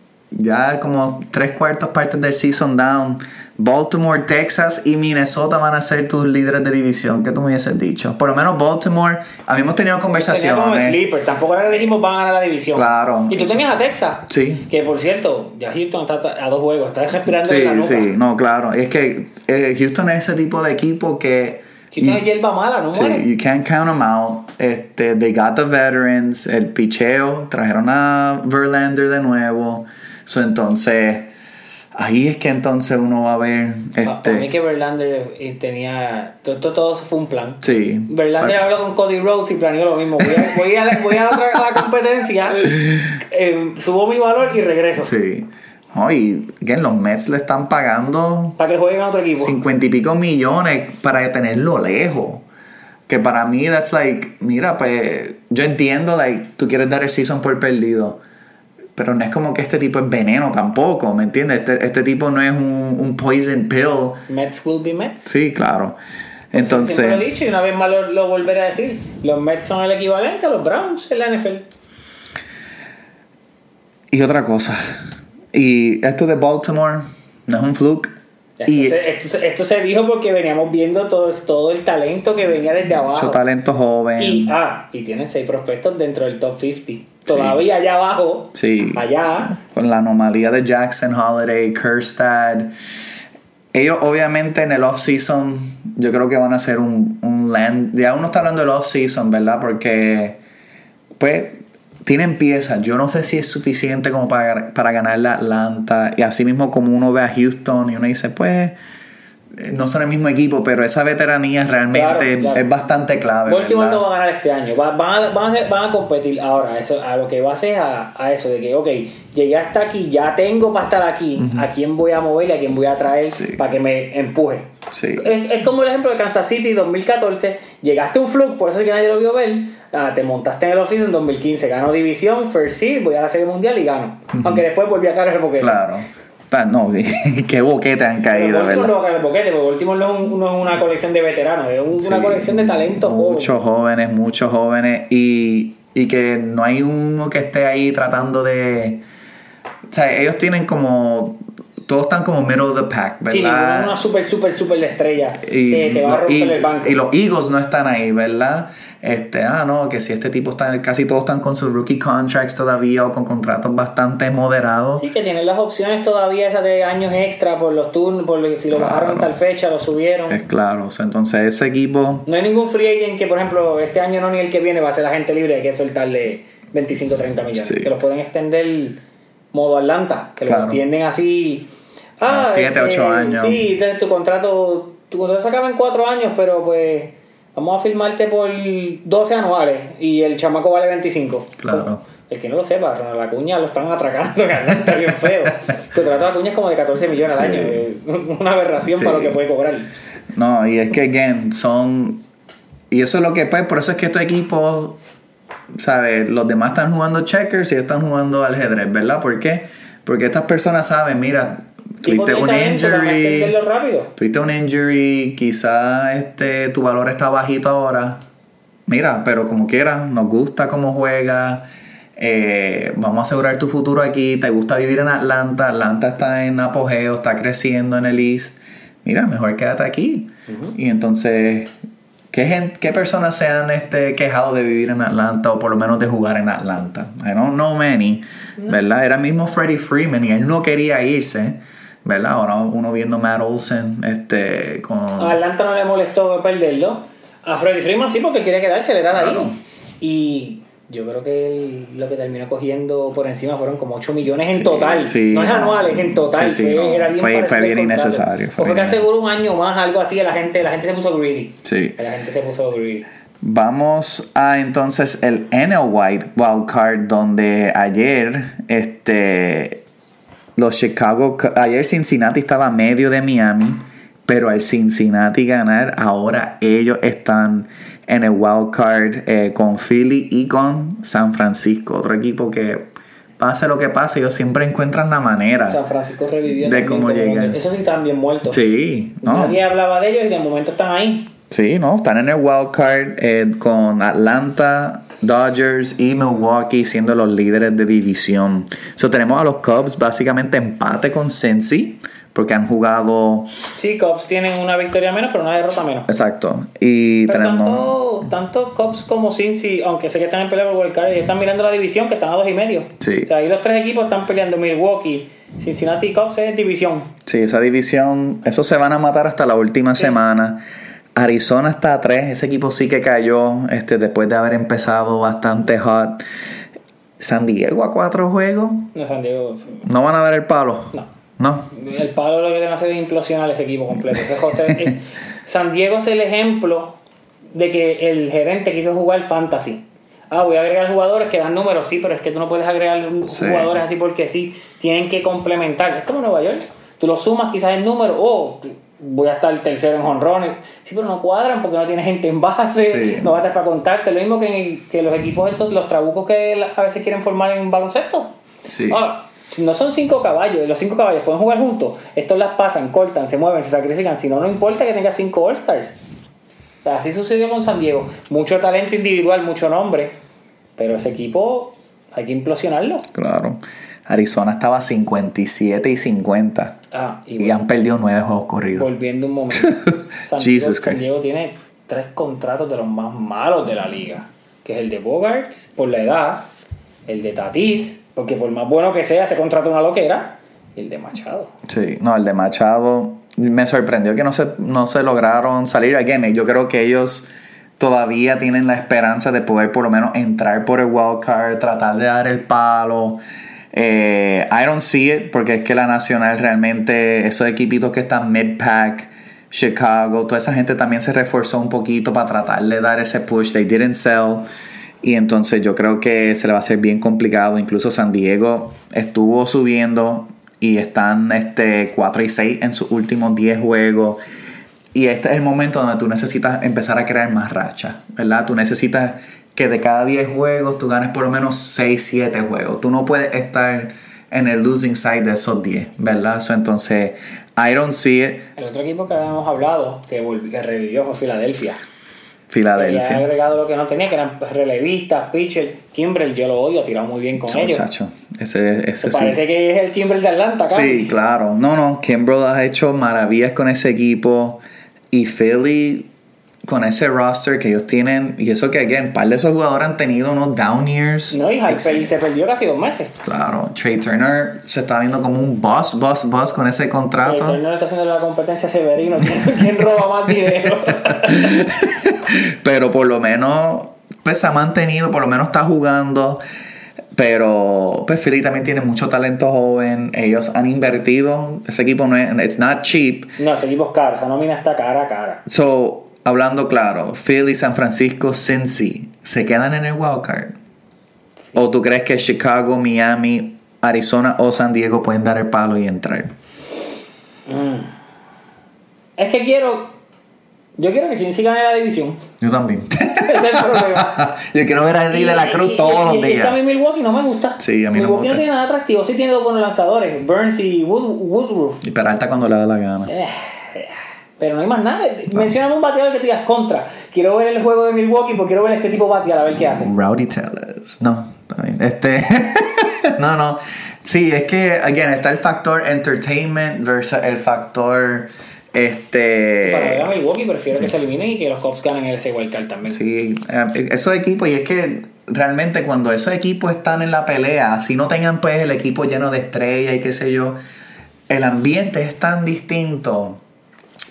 ya como tres cuartos partes del season down, Baltimore, Texas y Minnesota van a ser tus líderes de división, ¿qué tú me hubieses dicho? Por lo menos Baltimore, a mí hemos tenido
Tenía como
conversaciones.
sleeper. Tampoco era que dijimos van a ganar la división.
Claro.
Y tú tenías a Texas.
Sí.
Que por cierto, ya Houston está a dos juegos. Está respirando en la
Sí,
nuca.
sí, no, claro. Es que eh, Houston es ese tipo de equipo que...
Houston es hierba mala, no muere.
Sí, you can't count them out. Este, they got the veterans, el picheo, trajeron a Verlander de nuevo. So, entonces, ahí es que entonces uno va a ver.
Pa- Para mí
Este,
que Verlander eh, tenía... Todo, todo, todo eso fue un plan.
sí.
Verlander habló con Cody Rhodes y planeó lo mismo. Voy a, voy a, voy a, otra- a la competencia, eh, subo mi valor y regreso.
Sí. No, y again, los Mets le están pagando
Para que jueguen a otro equipo.
cincuenta y pico millones para tenerlo lejos. Que para mí, that's like, mira, pues yo entiendo, like, tú quieres dar el season por perdido. Pero no es como que este tipo es veneno tampoco, ¿me entiendes? Este, este tipo no es un, un poison pill.
Mets will be Mets.
Sí, claro.
Siempre lo he
Entonces,
dicho y una vez más lo, lo volveré a decir. Los Mets son el equivalente a los Browns en la N F L.
y otra cosa. Y esto de Baltimore no es un fluke.
Esto,
Y
se, esto, se- esto se dijo porque veníamos viendo todo, todo el talento que venía desde abajo.
mucho talento joven.
Y, ah, y tienen seis prospectos dentro del top cincuenta. Todavía allá abajo.
Sí.
Allá.
Con la anomalía de Jackson, Holiday, Kerstad. Ellos obviamente en el off-season yo creo que van a hacer un, un land... Ya uno está hablando del off-season, ¿verdad? Porque pues tienen piezas. Yo no sé si es suficiente como para, para ganar la Atlanta. Y así mismo como uno ve a Houston y uno dice, pues eh, no son el mismo equipo, pero esa veteranía realmente
Claro, claro.
es bastante clave.
Baltimore
¿verdad?
no va a ganar este año. Va- van, a, van, a hacer- van a competir ahora. Eso, a lo que va a hacer a, a eso de que, ok, llegué hasta aquí, ya tengo para estar aquí. ¿A quién voy a mover y a quién voy a traer
Sí.
para que me empuje?
Sí.
Es, es como el ejemplo de Kansas City dos mil catorce. Llegaste a un fluke, por eso es que nadie lo vio ver. Ah, te montaste en el offseason en dos mil quince. Ganó división, first seed, voy a la Serie Mundial y gano. Aunque después volví a caer el boquete.
Claro. Pa- No, qué boquete han
Pero
caído,
Baltimore
¿verdad?
no va a caer el boquete, porque Baltimore no es, un- no es una colección de veteranos, es un- una
Sí,
colección de talentos jóvenes.
muchos jóvenes, muchos jóvenes y, y que no hay uno que esté ahí tratando de, o sea, ellos tienen como, todos están como middle of the pack,
Sí, ninguno es
¿verdad?
una super, super, super estrella
y,
que te va a
no- y,
romper el banco.
y los Eagles no están ahí, ¿verdad? Este, ah, no, que si este tipo está, casi todos están con sus rookie contracts todavía o con contratos bastante moderados.
Sí, que tienen las opciones todavía esas de años extra por los turnos, por lo- si lo
Claro.
bajaron en tal fecha, lo subieron.
Es claro, o sea, entonces ese equipo,
No hay ningún free agent que, por ejemplo, este año no ni el que viene va a ser la gente libre, hay que soltarle veinticinco o treinta millones.
Sí.
Que los pueden extender modo Atlanta, que
Claro.
lo entienden así.
Ah, siete, ocho años.
Sí, entonces tu contrato, tu contrato se acaba en cuatro años, pero pues vamos a firmarte por doce anuales y el chamaco vale veinticinco.
Claro.
El que no lo sepa, Ronald Acuña lo están atracando en Atlanta bien feo. El contrato de Acuña es como de catorce millones al
Sí.
año. eh, Una aberración
Sí.
para lo que puede cobrar.
no, y es que, again, son, y eso es lo que, pues, por eso es que estos equipos, ¿sabes? Los demás están jugando checkers y ellos están jugando ajedrez, ¿verdad? ¿Por qué? Porque estas personas saben, mira,
Tipo
tuviste
de
un
talento para
injury,
extenderlo rápido.
tuviste un injury, quizás este, tu valor está bajito ahora. Mira, pero como quieras, nos gusta cómo juega. Eh, vamos a asegurar tu futuro aquí. Te gusta vivir en Atlanta. Atlanta está en apogeo, está creciendo en el East. Mira, mejor quédate aquí.
Ujú.
Y entonces, ¿qué, gen- qué personas se han este, quejado de vivir en Atlanta o por lo menos de jugar en Atlanta? I don't know many, ¿verdad? Era mismo Freddie Freeman y él no quería irse, ¿verdad? Ahora uno viendo Matt Olsen este, con...
A Atlanta no le molestó perderlo. A Freddie Freeman sí, porque él quería quedarse, él era
Claro.
ahí. Y yo creo que él lo que terminó cogiendo por encima fueron como ocho millones en
Sí,
total.
sí,
no es
no.
anual, es en total.
Sí, sí,
fue,
no.
Era bien
Fue-
parecido
fue
el
bien
contrato.
innecesario, fue
O fue
bien
que aseguró un año más, algo así, la gente, la gente se puso greedy.
Sí.
La gente se puso greedy.
Vamos a entonces el N L White Wild Card, donde ayer este los Chicago ayer Cincinnati estaba a medio de Miami, pero al Cincinnati ganar, ahora ellos están en el Wild Card eh, con Philly y con San Francisco, otro equipo que pase lo que pase, ellos siempre encuentran la manera
San Francisco revivió
de
también
cómo
como
llegar.
los- Esos sí estaban bien muertos.
Sí, no.
Nadie hablaba de ellos y de momento están ahí.
Sí, no, están en el wild card eh, con Atlanta, Dodgers y Milwaukee siendo los líderes de división. So, tenemos a los Cubs básicamente empate con Cincy porque han jugado.
Sí, Cubs tienen una victoria menos, pero una derrota menos.
Exacto. Y
Pero
tenemos.
tanto, tanto Cubs como Cincy, aunque sé que están en pelea por Wild Card, ellos están mirando la división que están a dos y medio.
Sí.
O sea, ahí los tres equipos están peleando. Milwaukee, Cincinnati y Cubs es división.
Sí, esa división, esos se van a matar hasta la última
Sí.
semana. Arizona está a tres, ese equipo sí que cayó este, después de haber empezado bastante hot. San Diego a cuatro juegos.
No, San Diego.
¿No van a dar el palo?
No.
No.
El palo lo que deben hacer es implosionar ese equipo completo. Ese hotel- eh, San Diego es el ejemplo de que el gerente quiso jugar fantasy. Ah, voy a agregar jugadores que dan números, sí, pero es que tú no puedes agregar
Sí.
jugadores así porque sí. Tienen que complementar. Es como Nueva York. Tú lo sumas quizás en número. Oh, voy a estar tercero en jonrones. Sí, pero no cuadran porque no tiene gente en base.
Sí.
No va a estar para contacto. Lo mismo que, en el- que los equipos estos, los trabucos que la- a veces quieren formar en baloncesto.
Sí.
Ahora, si no son cinco caballos, los cinco caballos pueden jugar juntos. Estos las pasan, cortan, se mueven, se sacrifican. Si no, no importa que tenga cinco All-Stars. Así sucedió con San Diego. Mucho talento individual, mucho nombre. Pero ese equipo hay que implosionarlo.
Claro. Arizona estaba cincuenta y siete y cincuenta.
Ah, y,
Y
bueno,
han perdido nueve juegos corridos.
volviendo un momento. San Diego,
Jesus
San
Christ.
Diego tiene tres contratos de los más malos de la liga. Que es el de Bogarts, por la edad. El de Tatis, porque por más bueno que sea, se contrata una loquera. Y el de Machado.
Sí, no, el de Machado me sorprendió que no se, no se lograron salir. Again, yo creo que ellos todavía tienen la esperanza de poder por lo menos entrar por el wild card, tratar de dar el palo. Eh, I don't see it, porque es que la Nacional realmente, esos equipitos que están mid-pack, Chicago, toda esa gente también se reforzó un poquito para tratar de dar ese push. They didn't sell. Y entonces yo creo que se le va a hacer bien complicado. Incluso San Diego estuvo subiendo y están este, cuatro y seis en sus últimos diez juegos. Y este es el momento donde tú necesitas empezar a crear más racha, ¿verdad? Tú necesitas que de cada diez juegos tú ganes por lo menos seis, siete juegos. Tú no puedes estar en el losing side de esos diez, ¿verdad? So, entonces, I don't see it.
El otro equipo que habíamos hablado, que, volvió, que revivió, fue Filadelfia. Y
Filadelfia.
ha agregado lo que no tenía, que eran relevistas, pitcher. Kimbrel, yo lo odio, ha tirado muy bien con
So,
ellos.
muchacho, ese, ese
Me
sí.
parece que es el Kimbrel de Atlanta, casi.
Sí, claro. No, no. Kimbrel ha hecho maravillas con ese equipo. Y Philly, con ese roster que ellos tienen. Y eso que, again, un par de esos jugadores han tenido unos down years.
No, y Harper
Excelente.
se perdió casi dos meses.
Claro. Trey Turner se está viendo como un boss, boss, boss con ese
El
contrato.
torneo está haciendo la competencia Severino. ¿Quién, quién roba más dinero?
Pero por lo menos, pues se ha mantenido, por lo menos está jugando. Pero pues Philly también tiene mucho talento joven. Ellos han invertido. Ese equipo no es, it's not cheap.
No, ese equipo es caro. Esa nómina está cara a cara.
So, hablando claro, Philly, San Francisco, Cincy, ¿se quedan en el wildcard? ¿O tú crees que Chicago, Miami, Arizona o San Diego pueden dar el palo y entrar?
Mm. Es que quiero... Yo quiero que Cincy gane la división.
Yo también.
Ese es el problema.
Yo quiero ver a Eddie de la Cruz
Y- y-
todos
y-
los
y- y
días.
a mí Milwaukee no me gusta.
Sí, a mí no me
Milwaukee
gusta.
no tiene nada atractivo. Sí tiene dos buenos lanzadores. Burns y Wood, Woodruff.
Y Peralta cuando le da la gana.
Eh, Pero no hay más nada. Mencióname un bateador que tú digas contra. Quiero ver el juego de Milwaukee porque quiero ver a este tipo batear a ver qué hace.
Rowdy Tellez. No, también. Este. no, no. Sí, es que, again, está el factor entertainment versus el factor. Este.
Para ver a Milwaukee prefiero
sí.
que se eliminen y que los Cubs ganen el ese wildcard también.
Sí, eh, esos equipos, y es que realmente cuando esos equipos están en la pelea, si no tengan pues el equipo lleno de estrellas y qué sé yo, el ambiente es tan distinto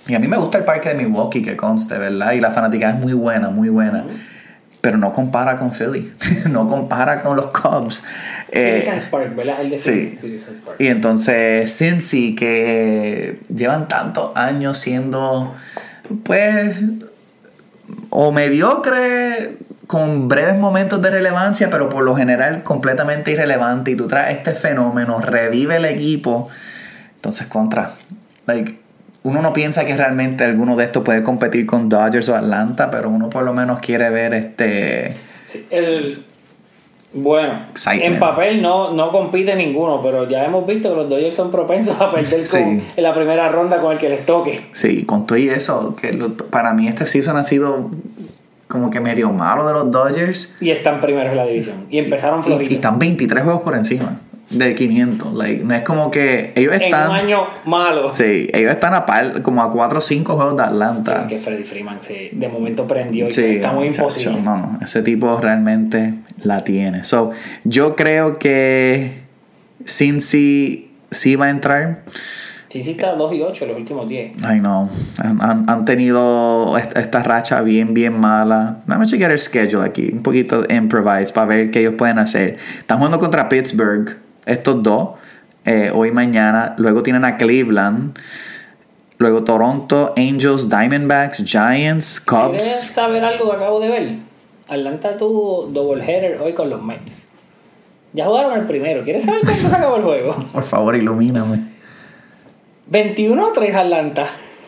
Y a mí me gusta el parque de Milwaukee, que conste, ¿verdad? Y la fanaticada es muy buena, muy buena. Uh-huh. Pero no compara con Philly. No compara con los Cubs.
Citizens eh, Park, ¿verdad? El de
sí.
Citizens Park.
Y entonces Cincy, que llevan tantos años siendo, pues, o mediocre, con breves momentos de relevancia, pero por lo general completamente irrelevante. Y tú traes este fenómeno, revive el equipo. Entonces, contra. Like, uno no piensa que realmente alguno de estos puede competir con Dodgers o Atlanta, pero uno por lo menos quiere ver este...
Sí, el, bueno,
excitement.
En papel no, no compite ninguno, pero ya hemos visto que los Dodgers son propensos a perder
sí.
con, en la primera ronda con el que les toque.
Sí, con todo y eso, que lo, para mí este season ha sido como que medio malo de los Dodgers.
Y están primeros en la división. Y empezaron flojitos.
Y, y están veintitrés juegos por encima de quinientos. Like, no es como que ellos están...
En un año malo.
Sí, ellos están a par, como a cuatro o cinco juegos de Atlanta.
Sí, que Freddie Freeman se, de momento prendió y
sí,
está muy
muchacho,
imposible.
No, no, ese tipo realmente la tiene. So, yo creo que Cincy sí va a entrar.
Cincy está dos y ocho en los últimos diez.
I know. Han, han, han tenido esta, esta racha bien, bien mala. Vamos a chequear el schedule aquí. Un poquito improvise para ver qué ellos pueden hacer. Están jugando contra Pittsburgh. Estos dos. Eh, hoy y mañana. Luego tienen a Cleveland. Luego Toronto, Angels, Diamondbacks, Giants, Cubs.
¿Quieres saber algo que acabo de ver? Atlanta tuvo doubleheader hoy con los Mets. Ya jugaron el primero. ¿Quieres saber cuánto se acabó el juego?
Por favor, ilumíname.
veintiuno a tres Atlanta.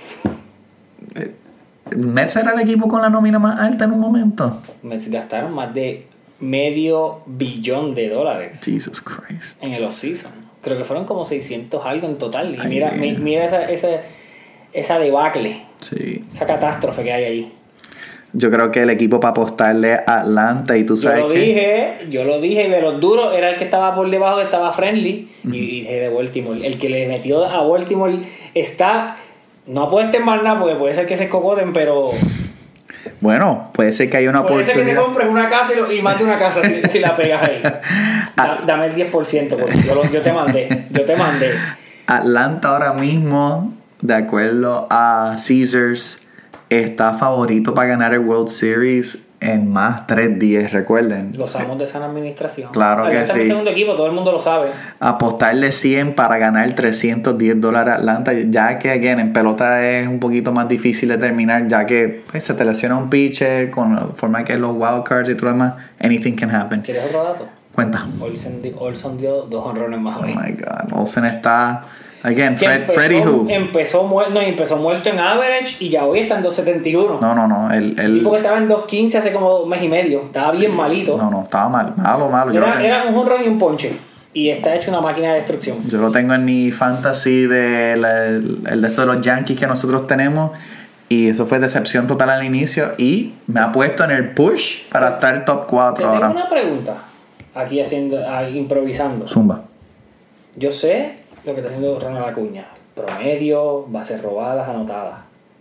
Mets era el equipo con la nómina más alta en un momento.
Mets gastaron más de medio billón de dólares.
Jesus Christ.
En el offseason. Creo que fueron como seiscientos algo en total. Y
Ay,
mira, mi, mira esa, esa, esa debacle.
Sí.
Esa catástrofe que hay ahí.
Yo creo que el equipo para apostarle a Atlanta y tú sabes
Yo lo
que...
dije, yo lo dije, de los duros era el que estaba por debajo, que estaba friendly. Uh-huh. Y dije de Baltimore. El que le metió a Baltimore está... No apuesten más nada porque puede ser que se escocoten, pero...
Bueno, puede ser que haya una
puede
oportunidad.
Puede ser que te compres una casa y, lo, y más de una casa si, si la pegas ahí. Da, dame el diez por ciento porque yo, lo, yo te mandé. Yo te mandé.
Atlanta ahora mismo, de acuerdo a Caesars, está favorito para ganar el World Series en más tres diez, recuerden.
Gozamos de esa administración.
Claro que
Atlanta
sí.
Es el segundo equipo, todo el mundo lo sabe.
Apostarle cien para ganar trescientos diez dólares a Atlanta, ya que again, en pelota es un poquito más difícil de terminar, ya que pues, se te lesiona un pitcher con la forma que los wild cards y todo lo demás. Anything can happen.
¿Quieres otro dato?
Cuenta.
Olsen, Olson dio dos honrones más hoy.
Oh my God. Olsen está... Again, Fred,
empezó,
Freddy who?
Empezó, mu- no, empezó muerto en average y ya hoy está en dos setenta y uno.
No, no, no. El, el...
el tipo que estaba en dos quince hace como un mes y medio. Estaba sí. bien malito.
No, no, estaba mal. Malo, malo.
Era,
tengo...
era un honrón y un ponche. Y está hecho una máquina de destrucción.
Yo lo tengo en mi fantasy de la, el, el de estos de los Yankees que nosotros tenemos. Y eso fue decepción total al inicio. Y me ha puesto en el push para estar top cuatro ahora.
Tengo una pregunta. Aquí haciendo, ahí, improvisando.
Zumba.
Yo sé lo que está haciendo Ronald Acuña. Promedio, bases robadas, anotadas.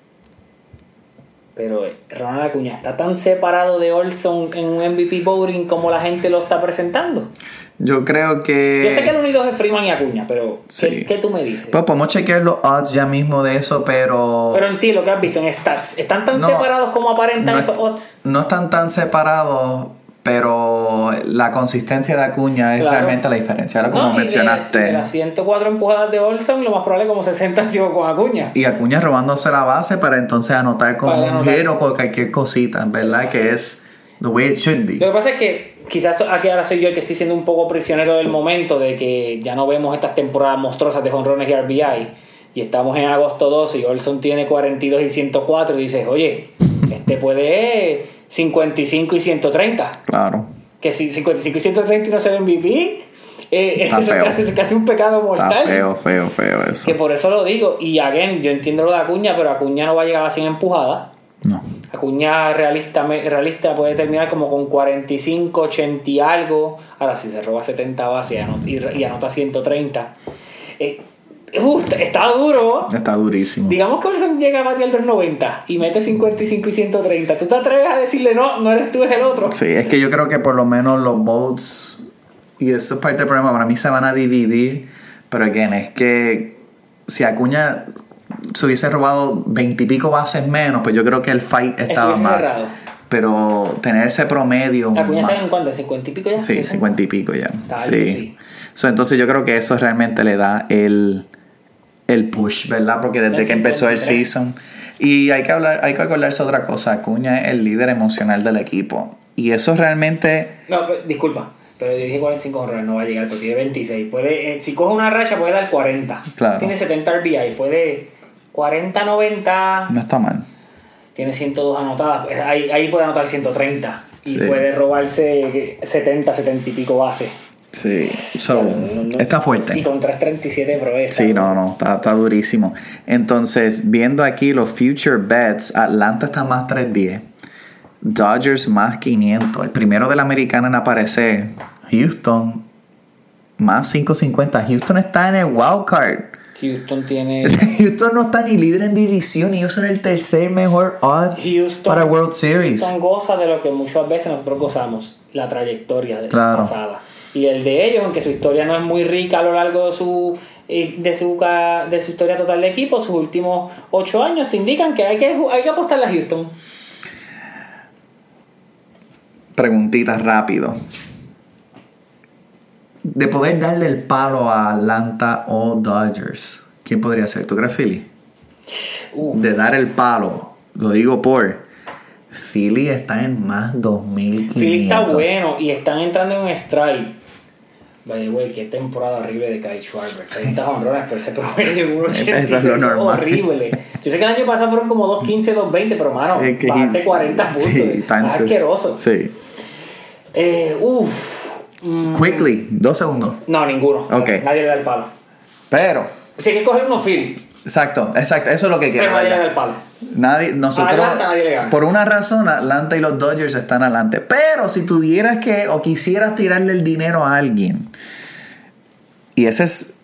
Pero Ronald Acuña está tan separado de Olson en un M V P voting como la gente lo está presentando.
Yo creo que...
Yo sé que el unido es Freeman y Acuña, pero sí. ¿qué, ¿qué tú me dices?
Pues podemos chequear los odds ya mismo de eso, pero...
Pero en ti, lo que has visto en stats, ¿están tan no, separados como aparentan
no,
esos odds?
No están tan separados, pero la consistencia de Acuña es claro. realmente la diferencia. Ahora como no, mencionaste...
De, de las ciento cuatro empujadas de Olson, lo más probable es como sesenta han sido con Acuña.
Y Acuña robándose la base para entonces anotar con para un anotar. giro o con cualquier cosita, ¿verdad? Que es the way it should be.
Lo que pasa es que quizás aquí ahora soy yo el que estoy siendo un poco prisionero del momento de que ya no vemos estas temporadas monstruosas de jonrones y R B I. Y estamos en agosto doce y Olson tiene cuarenta y dos y ciento cuatro y dices, oye, este puede cincuenta y cinco y ciento treinta.
Claro.
Que si cincuenta y cinco y ciento treinta y no ser M V P, eh,
Está
eso
feo.
es casi un pecado mortal.
Está feo, feo, feo eso.
Que por eso lo digo. Y again, yo entiendo lo de Acuña, pero Acuña no va a llegar a cien empujadas.
No.
Acuña realista, realista puede terminar como con cuarenta y cinco, ochenta y algo. Ahora, si se roba setenta bases y anota, y, y anota ciento treinta. Eh, uh, está duro.
Está durísimo.
Digamos que Olson llega a batear los noventa y mete cincuenta y cinco y ciento treinta. ¿Tú te atreves a decirle no? No eres tú, es el otro.
Sí, es que yo creo que por lo menos los votes, y eso es parte del problema, para mí se van a dividir. Pero again, es que si Acuña se hubiese robado veintipico bases menos, pues yo creo que el fight estaba
Estuviese
mal.
cerrado.
Pero tener ese promedio.
Acuña
más-
está en cuánto, cincuenta y pico ya.
Sí, cincuenta y pico ya.
Está alto,
Sí.
sí.
So, entonces yo creo que eso realmente le da el, el push, ¿verdad? Porque desde
El
que empezó el
cincuenta y tres.
season. Y hay que hablar, hay que acordarse de otra cosa. Acuña es el líder emocional del equipo. Y eso realmente.
No, pero, disculpa, pero yo dije cuarenta y cinco honrones, no va a llegar porque tiene veintiséis. Puede, eh, si coge una racha puede dar cuarenta.
Claro.
Tiene setenta R B I, puede cuarenta, noventa.
No está mal.
Tiene ciento dos anotadas. Ahí, ahí puede anotar ciento treinta. Y
Sí.
puede robarse setenta, setenta y pico bases.
Sí. So,
No, no, no.
está fuerte.
Y con tres treinta y siete proezas.
Sí, no, no, está, está durísimo. Entonces, viendo aquí los future bets, Atlanta está más tres diez, Dodgers más quinientos, el primero de la americana en aparecer, Houston más quinientos cincuenta. Houston está en el wild card.
Houston tiene.
Houston no está ni líder en división y ellos son el tercer mejor odds
Houston
para World Series.
Houston goza de lo que muchas veces nosotros gozamos, la trayectoria de
Claro.
la pasada. Y el de ellos, aunque su historia no es muy rica a lo largo de su de su ca- de su historia total de equipo, sus últimos ocho años te indican que hay que, hay que apostarle a Houston.
Preguntitas rápido. De poder darle el palo a Atlanta o Dodgers, ¿quién podría ser? ¿Tú crees Philly?
Uh,
De dar el palo, lo digo por Philly está en más dos mil quinientos.
Philly está bueno y están entrando en un strike. By the way, qué temporada horrible de Kyle Schwarber. treinta honrones, pero ese promedio de uno ochenta y seis
Eso es lo
es
normal.
horrible. Yo sé que el año pasado fueron como dos quince, dos veinte, pero mano,
Sí, que
bajaste
he's-
cuarenta puntos.
sí,
Es
está en su-
asqueroso.
Sí.
Eh, uf. Mm,
Quickly, dos segundos.
no, ninguno.
Ok.
Nadie le da el palo.
Pero,
Si hay que coger uno Philly,
exacto, exacto, eso es lo que quiero.
pero nadie le da
¿verdad?
el palo.
Nadie, nosotros,
A Atlanta nadie le gana.
por una razón, Atlanta y los Dodgers están adelante. Pero si tuvieras que o quisieras tirarle el dinero a alguien, y ese es,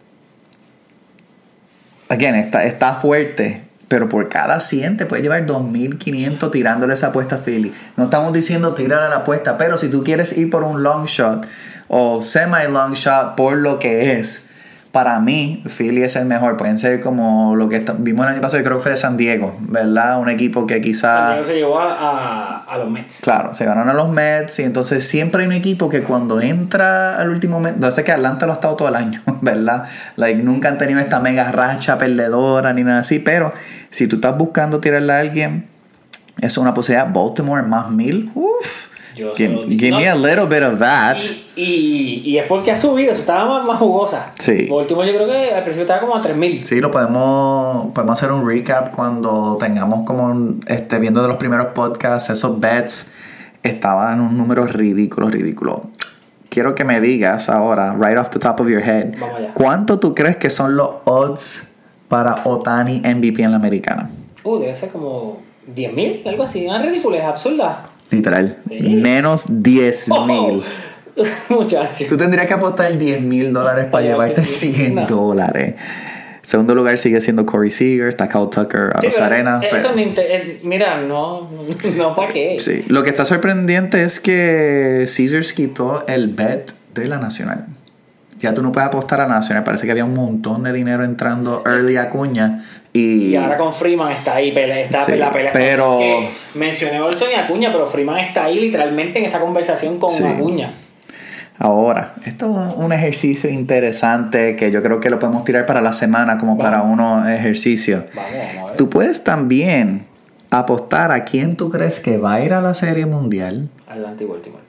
again, está, está fuerte, pero por cada cien te puedes llevar dos mil quinientos tirándole esa apuesta a Philly. No estamos diciendo tirar a la apuesta, pero si tú quieres ir por un long shot o semi long shot por lo que es, para mí, Philly es el mejor. Pueden ser como lo que está- vimos el año pasado, yo creo que fue de San Diego, ¿verdad? Un equipo que quizá...
San Diego se llevó a, a, a los Mets.
Claro, se ganaron a los Mets y entonces siempre hay un equipo que cuando entra al último mes, no sé que Atlanta lo ha estado todo el año, ¿verdad? Like, nunca han tenido esta mega racha perdedora ni nada así, pero si tú estás buscando tirarle a alguien, es una posibilidad. Baltimore más mil, uff.
Yo
Give,
solo-
give
no.
me a little bit of that.
Y, y, y es porque ha subido, eso estaba más, más jugosa.
Sí.
Por último, yo creo que al principio estaba como a tres mil.
Sí, lo podemos, podemos hacer un recap cuando tengamos como un- este, viendo de los primeros podcasts, esos bets estaban en un número ridículo, ridículo. Quiero que me digas ahora, right off the top of your head,
Vamos allá.
¿cuánto tú crees que son los odds para Ohtani M V P en la americana?
Uh, debe ser como diez mil, algo así. Una ridiculez, absurda.
Literal,
Sí.
menos diez mil.
Oh, muchacho.
Tú tendrías que apostar diez mil dólares para
Para
llevarte
llevarte cien.
cien
No.
dólares. Segundo lugar sigue siendo Corey Seager, está Kyle Tucker a
Sí,
los
pero
arenas.
Eso
pero-
ni inte- es- mira, no, no, ¿para qué?
Sí, lo que está sorprendente es que Caesars quitó el bet de la Nacional. Ya tú no puedes apostar a la Nacional. Parece que había un montón de dinero entrando early a Acuña. Y,
Y ahora con Freeman está ahí, pelea, está
Sí,
la pelea.
pero-
Que mencioné Olson y Acuña, pero Freeman está ahí literalmente en esa conversación con
Sí.
Acuña.
ahora, esto es un ejercicio interesante que yo creo que lo podemos tirar para la semana como
Vamos.
para uno ejercicio.
Vamos, vamos a ver.
Tú puedes también apostar a quién tú crees que va a ir a la Serie Mundial
Atlanta y Baltimore.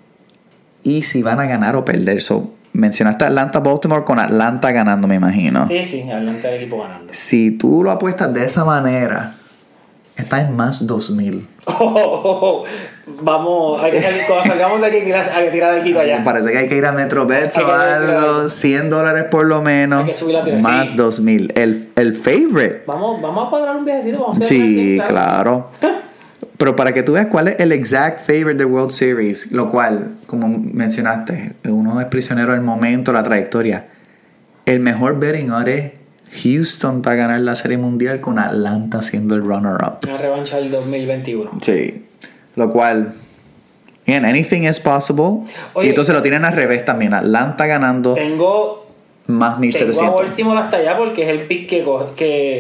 y si van a ganar o perder. So, mencionaste Atlanta-Baltimore con Atlanta ganando, me imagino.
Sí, sí, Atlanta el equipo ganando.
Si tú lo apuestas de esa manera, está en más dos mil.
Oh, oh, oh. Vamos, hay que salir, cuando salgamos de aquí hay que tirar, hay que tirar el quito
Me
allá.
parece que hay que ir a Metrobets
Hay
o
que ir a
algo,
Metrobet.
cien dólares por lo menos,
Hay que subir la tira,
más
sí.
dos mil. El, el favorite,
Vamos, vamos a cuadrar un viajecito, vamos a hacer
sí,
una
claro. Pero para que tú veas cuál es el exact favorite de World Series, lo cual, como mencionaste, uno es prisionero del momento, la trayectoria. El mejor betting ahora es Houston para ganar la Serie Mundial con Atlanta siendo el runner-up.
Una revancha del dos mil veintiuno.
Sí, lo cual, again, anything is possible.
Oye.
Y entonces lo tienen al revés también, Atlanta ganando
Tengo,
más mil
tengo a
setecientos.
Baltimore hasta allá porque es el pick que, co- que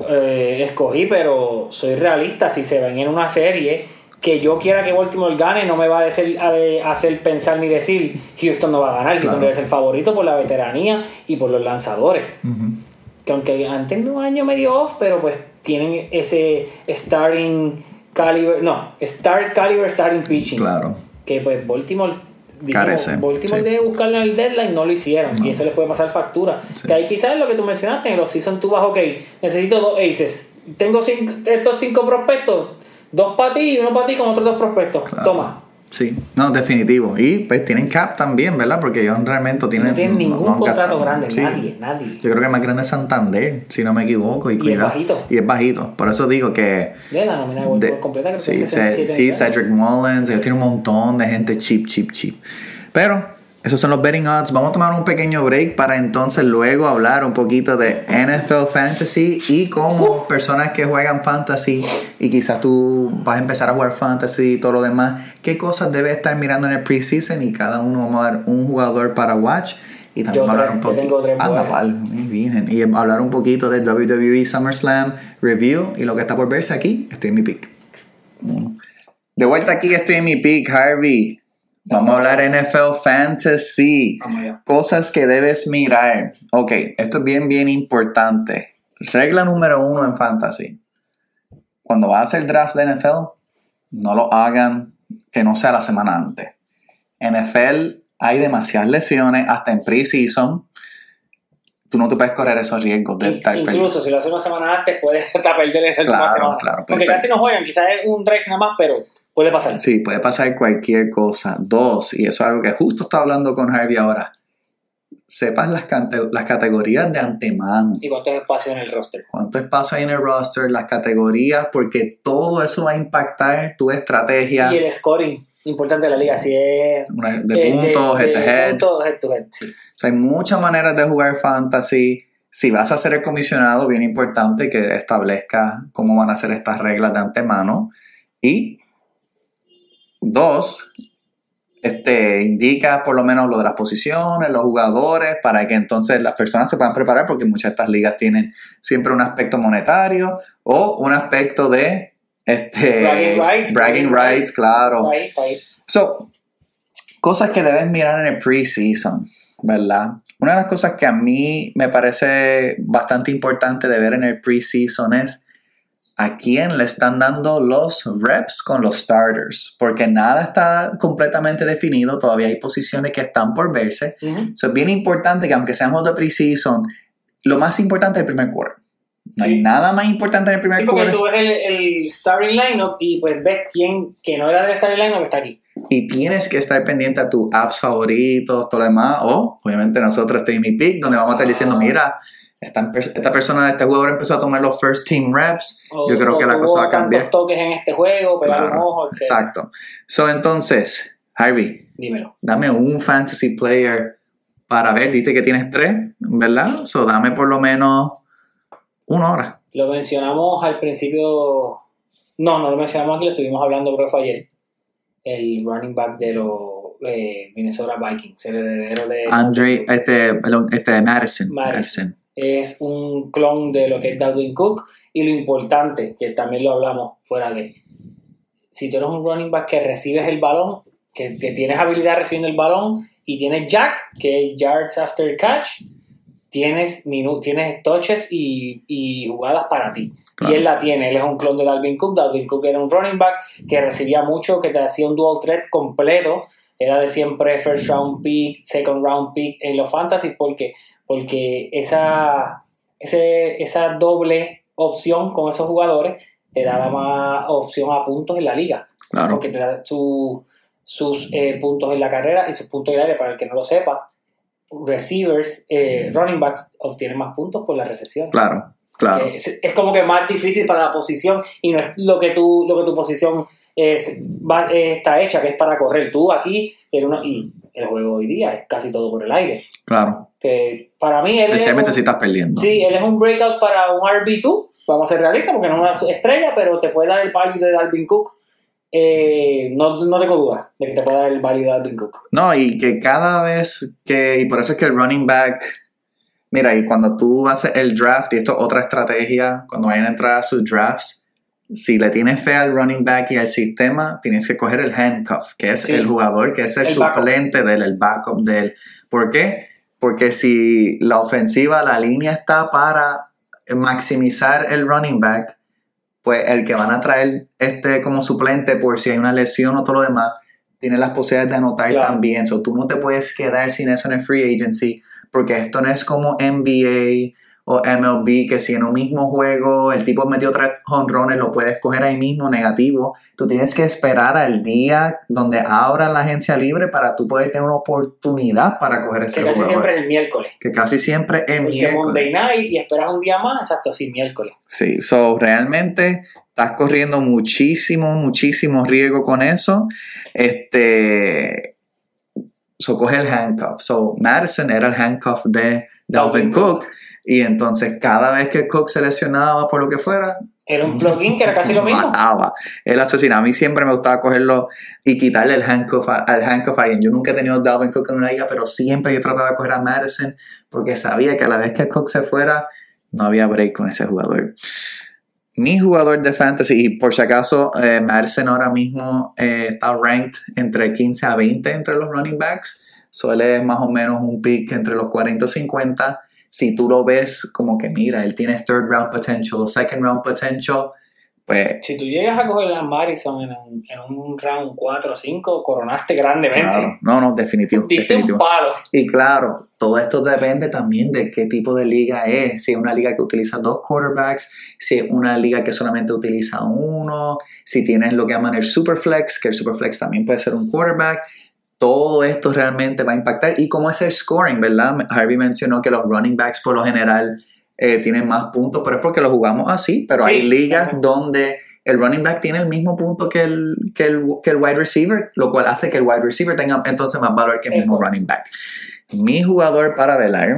eh, escogí, pero soy realista. Si se ven en una serie que yo quiera que Baltimore gane, no me va a, decir, a hacer pensar ni decir Houston no va a ganar. Houston claro. debe ser favorito por la veteranía y por los lanzadores. Uh-huh. Que aunque han tenido un año medio off, pero pues tienen ese starting caliber, no, start caliber starting pitching.
Claro.
Que pues Baltimore,
Carece.
Dijimos, Baltimore
Sí.
debe buscarlo en el deadline, no lo hicieron. No. Y eso les puede pasar factura. Sí. Que ahí quizás lo que tú mencionaste, en los season tú vas, ok, necesito dos aces. Tengo cinco, estos cinco prospectos, dos para ti y uno para ti con otros dos prospectos. Claro. Toma.
Sí, no, definitivo. Y pues tienen cap también, ¿verdad? Porque ellos realmente tienen...
No tienen ningún
no, no
contrato grande,
sí.
nadie, nadie.
Yo creo que el más grande es Santander, si no me equivoco. Y,
y es bajito.
Y es bajito. Por eso digo que...
De la nómina de, de completa, creo
sí,
que es sesenta y siete
sí, Cedric Mullins, ellos tienen un montón de gente cheap, cheap, cheap. Pero... esos son los betting odds. Vamos a tomar un pequeño break para entonces luego hablar un poquito de N F L Fantasy y como uh. personas que juegan Fantasy y quizás tú vas a empezar a jugar Fantasy y todo lo demás, qué cosas debes estar mirando en el preseason y cada uno vamos a dar un jugador para watch y también
yo
hablar
tres,
un poquito.
Tengo tres
Anda, pal, bien. Y hablar un poquito de W W E SummerSlam Review y lo que está por verse aquí. Estoy en mi pick. De vuelta aquí, estoy en mi pick, Harvey. Vamos a hablar N F L Fantasy. Cosas que debes mirar. Ok, esto es bien, bien importante. Regla número uno en Fantasy. Cuando vas a hacer draft de N F L, no lo hagan que no sea la semana antes. N F L hay demasiadas lesiones, hasta en preseason. Tú no te puedes correr esos riesgos de estar
perdiendo. Incluso si lo haces una semana antes, puedes hasta perder esa
claro,
última semana.
Claro,
porque casi no juegan, quizás es un drive nada más, pero... puede pasar.
Sí, puede pasar cualquier cosa. Dos, y eso es algo que justo estaba hablando con Harvey ahora. Sepas las, cante- las categorías de antemano.
¿Y cuánto espacio en el roster?
¿Cuánto espacio hay en el roster? Las categorías, porque todo eso va a impactar tu estrategia.
Y el scoring, importante de la liga, si es...
Una, de eh, puntos,
de,
head to head.
Puntos, head to head, sí.
O sea, hay muchas maneras de jugar fantasy. Si vas a ser el comisionado, bien importante que establezcas cómo van a ser estas reglas de antemano. Y... dos, este, indica por lo menos lo de las posiciones, los jugadores, para que entonces las personas se puedan preparar, porque muchas de estas ligas tienen siempre un aspecto monetario o un aspecto de este,
bragging rights,
bragging rights, rights, claro.
Right, right.
So, cosas que debes mirar en el preseason, ¿verdad? Una de las cosas que a mí me parece bastante importante de ver en el preseason es a quién le están dando los reps con los starters, porque nada está completamente definido, todavía hay posiciones que están por verse. Uh-huh. So, es bien importante que aunque seamos de preseason, lo más importante es el primer quarter. No sí. hay nada más importante en el primer
sí, porque
quarter.
Tú ves el, el starting lineup y pues ves quién que no era del starting lineup está aquí.
Y tienes que estar pendiente a tus apps favoritos, todo lo demás, o obviamente nosotros estoy en mi pick, donde vamos a estar diciendo, mira, Esta, esta persona, este jugador empezó a tomar los first team reps. O, yo creo que la cosa va a cambiar.
Toques en este juego, pegar
claro,
un ojo, etcétera.
Exacto. So, entonces, Harvey,
dímelo.
Dame un fantasy player para ver. Diste que tienes tres, ¿verdad? So, dame por lo menos una hora.
Lo mencionamos al principio. No, no lo mencionamos aquí, lo estuvimos hablando, creo que fue ayer. El running back de los eh, Minnesota Vikings, el heredero de.
Andre, este, este Madison.
Madison.
Madison.
Es un clon de lo que es Dalvin Cook, y lo importante, que también lo hablamos fuera de, si tú eres un running back que recibes el balón, que, que tienes habilidad recibiendo el balón, y tienes Jack, que es yards after catch, tienes, minu- tienes touches y, y jugadas para ti. Claro. Y él la tiene, él es un clon de Dalvin Cook. Dalvin Cook era un running back que recibía mucho, que te hacía un dual threat completo, era de siempre first round pick, second round pick en los fantasy, porque porque esa, ese, esa doble opción con esos jugadores te da más opción a puntos en la liga.
Claro.
Porque te da su, sus eh, puntos en la carrera y sus puntos en el aire. Para el que no lo sepa, receivers, eh, running backs obtienen más puntos por la recepción.
Claro, claro.
Es, es como que más difícil para la posición, y no es lo que tu, lo que tu posición es, va, está hecha, que es para correr. Tú aquí, en una, y el juego hoy día es casi todo por el aire.
Claro.
Que para mí él
especialmente
es un,
si estás perdiendo.
Sí, él es un breakout para un R B dos, vamos a ser realistas, porque no es una estrella, pero te puede dar el value de Dalvin Cook. Eh, no, no tengo duda de que te puede dar el value de Dalvin Cook.
No, y que cada vez que, y por eso es que el running back Mira, y cuando tú haces el draft, y esto es otra estrategia, cuando vayan a entrar a sus drafts, si le tienes fe al running back y al sistema, tienes que coger el handcuff, que es sí. el jugador, que es el, el suplente del el backup del. ¿Por qué? Porque si la ofensiva, la línea está para maximizar el running back, pues el que van a traer este como suplente por si hay una lesión o todo lo demás, tiene las posibilidades de anotar claro. también. So, tú no te puedes quedar sin eso en el free agency, porque esto no es como N B A o M L B, que si en un mismo juego el tipo metió tres jonrones, lo puedes coger ahí mismo negativo. Tú tienes que esperar al día donde abra la agencia libre para tú poder tener una oportunidad para coger ese jugador.
Que casi siempre es el miércoles.
Que casi siempre es el miércoles.
Que Monday night y esperas un día más, exacto, sí, miércoles.
Sí, so realmente estás corriendo muchísimo, muchísimo riesgo con eso. Este... So coge el handcuff. So Madison era el handcuff de Dalvin Cook. Cook. Y entonces cada vez que Cook se lesionaba por lo que fuera,
era un plugin que era casi lo mismo.
Mataba. Él asesinaba. A mí siempre me gustaba cogerlo y quitarle el handcuff a, al handcuff a alguien. Yo nunca he tenido Dalvin Cook en una liga, pero siempre yo trataba de coger a Madison porque sabía que a la vez que Cook se fuera, no había break con ese jugador. Mi jugador de fantasy, y por si acaso, eh, Madison ahora mismo eh, está ranked entre quince a veinte entre los running backs. So él es más o menos un pick entre los cuarenta y cincuenta. Si tú lo ves como que mira, él tiene third round potential o second round potential, pues...
Si tú llegas a coger a Madison en un, en un round cuatro o cinco, coronaste grandemente.
Claro, no, no, definitivo.
Diste
definitivo.
un palo.
Y claro, todo esto depende también de qué tipo de liga es. Si es una liga que utiliza dos quarterbacks, si es una liga que solamente utiliza uno, si tienes lo que llaman el superflex, que el superflex también puede ser un quarterback. Todo esto realmente va a impactar. Y como es el scoring, ¿verdad? Harvey mencionó que los running backs por lo general eh, tienen más puntos, pero es porque lo jugamos así. Pero sí, hay ligas claro. donde el running back tiene el mismo punto que el, que, el, que el wide receiver, lo cual hace que el wide receiver tenga entonces más valor que el mismo uh-huh. running back. Mi jugador para velar,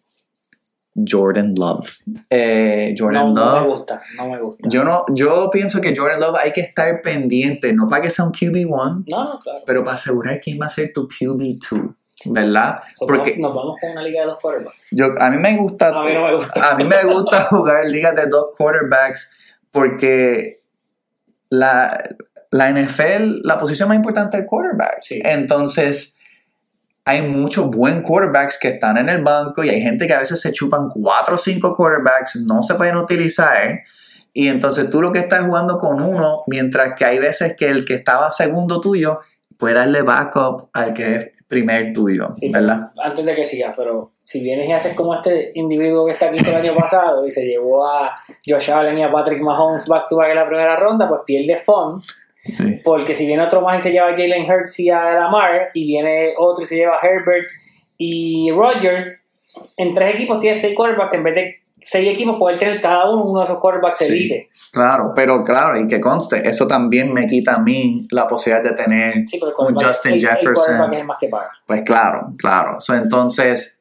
Jordan Love. Eh, Jordan
no,
Love.
No me gusta, no me gusta.
Yo, no, yo pienso que Jordan Love hay que estar pendiente, no para que sea un Q B uno,
no, no, claro.
pero para asegurar quién va a ser tu Q B dos, ¿verdad?
So,
Porque
nos vamos con una liga de dos quarterbacks.
Yo, a mí me gusta,
a mí no me gusta.
A mí me gusta jugar ligas de dos quarterbacks porque la, la N F L, la posición más importante es el quarterback.
Sí.
Entonces hay muchos buen quarterbacks que están en el banco y hay gente que a veces se chupan cuatro o cinco quarterbacks, no se pueden utilizar y entonces tú lo que estás jugando con uno, mientras que hay veces que el que estaba segundo tuyo puede darle backup al que es primer tuyo,
sí,
¿verdad?
Antes de que sigas, pero si vienes y haces como este individuo que está aquí el año pasado y se llevó a Josh Allen y a Patrick Mahomes back to back en la primera ronda, pues pierde fun. Sí. Porque si viene otro más y se lleva a Jalen Hurts y a Lamar y viene otro y se lleva a Herbert y Rodgers, en tres equipos tienes seis quarterbacks en vez de seis equipos poder tener cada uno uno de esos quarterbacks sí, elite.
Claro, pero claro, y que conste, eso también me quita a mí la posibilidad de tener
sí,
un Justin
el,
Jefferson.
El quarterback es el más que paga.
Pues claro, claro. So, entonces,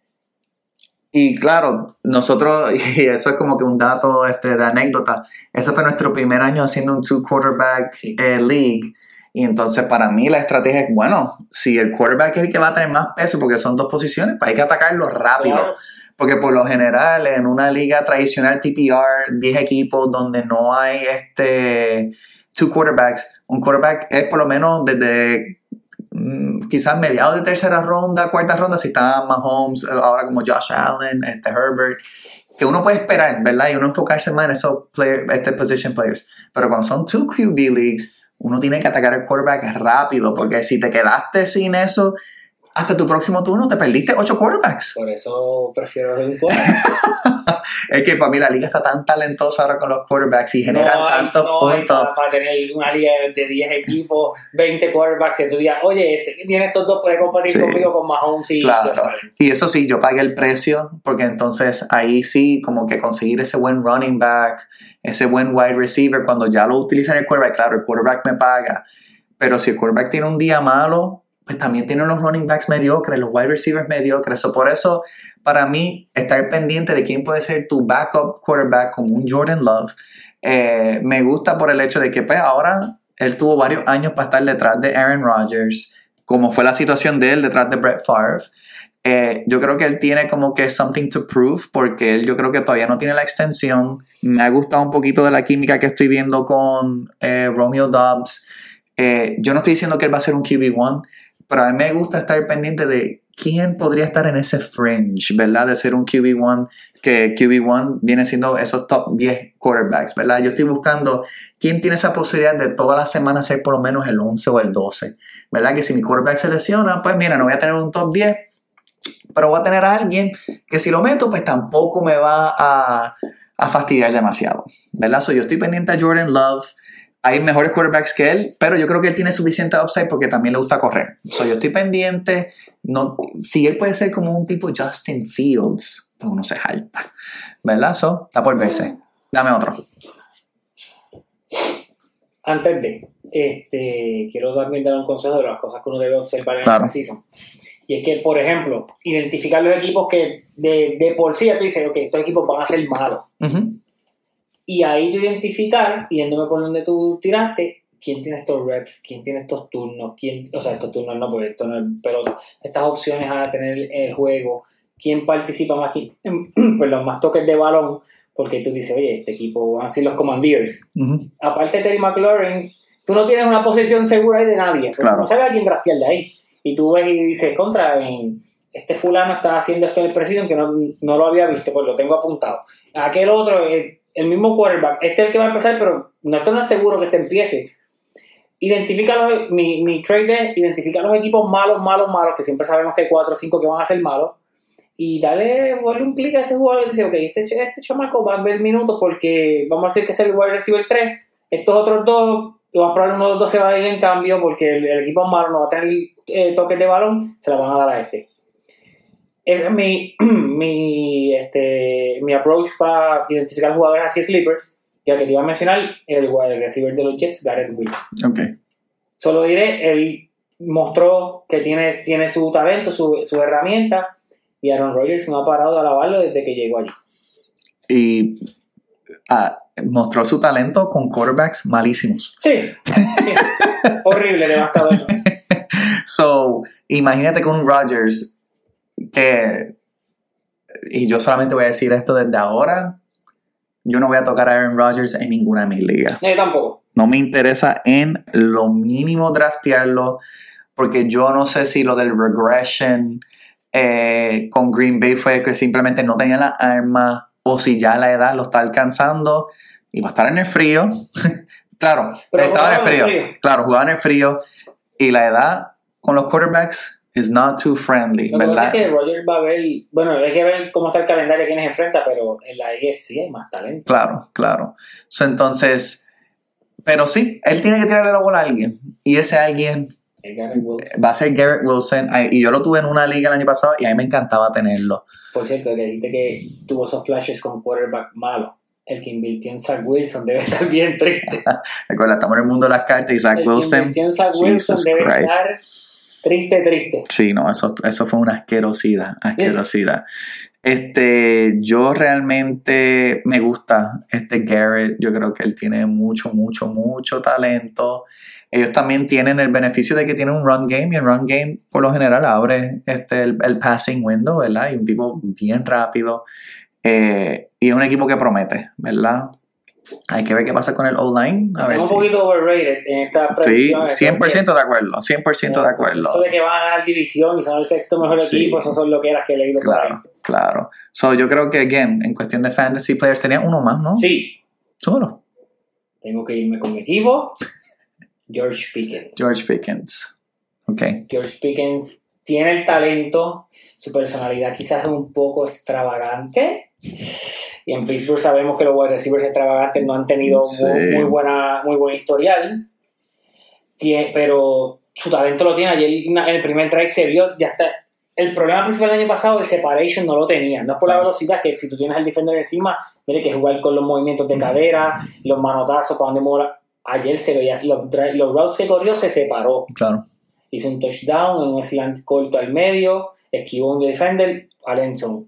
y claro, nosotros, y eso es como que un dato este, de anécdota, ese fue nuestro primer año haciendo un two quarterback sí. eh, league. Y entonces para mí la estrategia es, bueno, si el quarterback es el que va a tener más peso porque son dos posiciones, pues hay que atacarlo rápido. Claro. Porque por lo general en una liga tradicional P P R, diez equipos donde no hay este two quarterbacks, un quarterback es por lo menos desde mm, quizás mediados de tercera ronda, cuarta ronda, si está Mahomes, ahora como Josh Allen, este Herbert, que uno puede esperar, ¿verdad? Y uno enfocarse más en esos player, este position players. Pero cuando son two Q B leagues, uno tiene que atacar el quarterback rápido, porque si te quedaste sin eso, hasta tu próximo turno te perdiste ocho quarterbacks.
Por eso prefiero un quarterback.
Es que para mí la liga está tan talentosa ahora con los quarterbacks y generan
no,
tantos
no,
puntos.
Para, para tener una liga de diez equipos, veinte quarterbacks, que tú digas, oye, este que tiene estos dos puede competir sí, conmigo con Mahomes y
claro. Y eso sí, yo pagué el precio, porque entonces ahí sí, como que conseguir ese buen running back, ese buen wide receiver, cuando ya lo utilizan el quarterback, claro, el quarterback me paga. Pero si el quarterback tiene un día malo, pues también tienen los running backs mediocres, los wide receivers mediocres. So, por eso, para mí, estar pendiente de quién puede ser tu backup quarterback como un Jordan Love, eh, me gusta por el hecho de que pues, ahora él tuvo varios años para estar detrás de Aaron Rodgers, como fue la situación de él detrás de Brett Favre. Eh, yo creo que él tiene como que something to prove, porque él yo creo que todavía no tiene la extensión. Me ha gustado un poquito de la química que estoy viendo con eh, Romeo Doubs. Eh, yo no estoy diciendo que él va a ser un Q B uno, pero a mí me gusta estar pendiente de quién podría estar en ese fringe, ¿verdad? De ser un Q B uno, que Q B uno viene siendo esos top diez quarterbacks, ¿verdad? Yo estoy buscando quién tiene esa posibilidad de toda la semana ser por lo menos el once o el doce, ¿verdad? Que si mi quarterback se lesiona, pues mira, no voy a tener un top diez, pero voy a tener a alguien que si lo meto, pues tampoco me va a, a fastidiar demasiado, ¿verdad? So, yo estoy pendiente a Jordan Love. Hay mejores quarterbacks que él, pero yo creo que él tiene suficiente upside porque también le gusta correr. So, yo estoy pendiente. No, si él puede ser como un tipo Justin Fields, pues uno se jalta, ¿verdad? So, está por verse. Dame otro.
Antes de, este, quiero también dar un consejo de las cosas que uno debe observar en
Claro.
el season. Y es que, por ejemplo, identificar los equipos que de, de por sí ya tú dices, ok, estos equipos van a ser malos.
Uh-huh.
Y ahí tú identificar, yéndome por donde tú tiraste, quién tiene estos reps, quién tiene estos turnos, quién, o sea, estos turnos no, porque esto no es pelota, estas opciones a tener el juego, quién participa más, quién, perdón, más toques de balón, porque tú dices, oye, este equipo van a ser los Commandeers.
Uh-huh.
Aparte de Terry McLaurin, tú no tienes una posición segura ahí de nadie, porque
Claro.
no sabes a quién draftear de ahí. Y tú ves y dices, contra, en, este fulano está haciendo esto en el presidente que no, no lo había visto, pues lo tengo apuntado. Aquel otro, el, el mismo quarterback, este es el que va a empezar, pero no estoy tan seguro que este empiece. Identifica los, mi, mi trade es identificar los equipos malos, malos, malos, que siempre sabemos que hay cuatro o cinco que van a ser malos, y dale, darle un clic a ese jugador y dice, ok, este, este chamaco va a ver minutos porque vamos a decir que es el wide receiver tres, estos otros dos, lo más probable uno de los dos se va a ir en cambio porque el, el equipo malo no va a tener eh, toques de balón, se la van a dar a este. Ese es mi, mi, este, mi approach para identificar jugadores así sleepers. Y al que te iba a mencionar, el wide receiver de los Jets, Garrett Wilson.
Ok.
Solo diré, él mostró que tiene, tiene su talento, su, su herramienta, y Aaron Rodgers no ha parado de alabarlo desde que llegó allí.
Y ah, mostró su talento con quarterbacks malísimos.
Sí, sí. Horrible, devastador.
So, imagínate con un Rodgers que, y yo solamente voy a decir esto desde ahora, yo no voy a tocar a Aaron Rodgers en ninguna de mis ligas.
No, yo tampoco.
No me interesa en lo mínimo draftearlo, porque yo no sé si lo del regression eh, con Green Bay fue que simplemente no tenía la arma, o si ya la edad lo está alcanzando y va a estar en el frío. Claro,
Pero
estaba en el
jugaba en el
frío.
frío.
Claro, jugaba en el frío, y la edad con los quarterbacks is not too friendly,
Lo que pasa
¿verdad?
es que Rodgers va a ver, bueno, hay que ver cómo está el calendario, quiénes enfrenta, pero en la A F C hay más talento.
Claro, claro. So, entonces, pero sí, él tiene que tirarle la bola a alguien, y ese alguien
El Garrett Wilson.
va a ser Garrett Wilson. Y yo lo tuve en una liga el año pasado y a mí me encantaba tenerlo.
Por cierto, que dijiste que tuvo esos flashes con quarterback malo. El que invirtió en Zach Wilson debe estar bien triste.
Recuerda, estamos en el mundo de las cartas y Zach
El que
Wilson.
invirtió en Zach Wilson
Jesus
debe
Christ.
estar triste, triste.
Sí, no, eso, eso fue una asquerosidad, asquerosidad. Este, yo realmente me gusta este Garrett. Yo creo que él tiene mucho, mucho, mucho talento. Ellos también tienen el beneficio de que tienen un run game, y el run game por lo general abre este, el, el passing window, ¿verdad? Y un tipo bien rápido. Eh, y es un equipo que promete, ¿verdad? Hay que ver qué pasa con el O-line. A ver
Es un
si.
poquito overrated en esta
Sí,
predicción.
cien por ciento de acuerdo, cien por ciento de acuerdo.
Eso de que van a ganar división y son el sexto mejor
Sí.
equipo, eso son lo que eras que he leído por ahí.
Claro, claro. So, yo creo que, again, en cuestión de fantasy players, tenía uno más, ¿no?
Sí,
Solo.
tengo que irme con mi equipo. George Pickens.
George Pickens. Ok.
George Pickens tiene el talento, su personalidad quizás es un poco extravagante. Y en Pittsburgh sabemos que los wide receivers extravagantes no han tenido
Sí.
muy, muy, buena, muy buen historial. Tiene, pero su talento lo tiene. Ayer en el primer drive se vio, ya está. El problema principal del año pasado, el separation no lo tenía. No es por la velocidad, que si tú tienes al defender encima, mire que jugar con los movimientos de cadera, los manotazos, para donde mola. Ayer se veía, los, drive- los routes que corrió se separó.
Claro.
Hizo un touchdown, en un slant corto al medio, esquivó un defender, al end zone.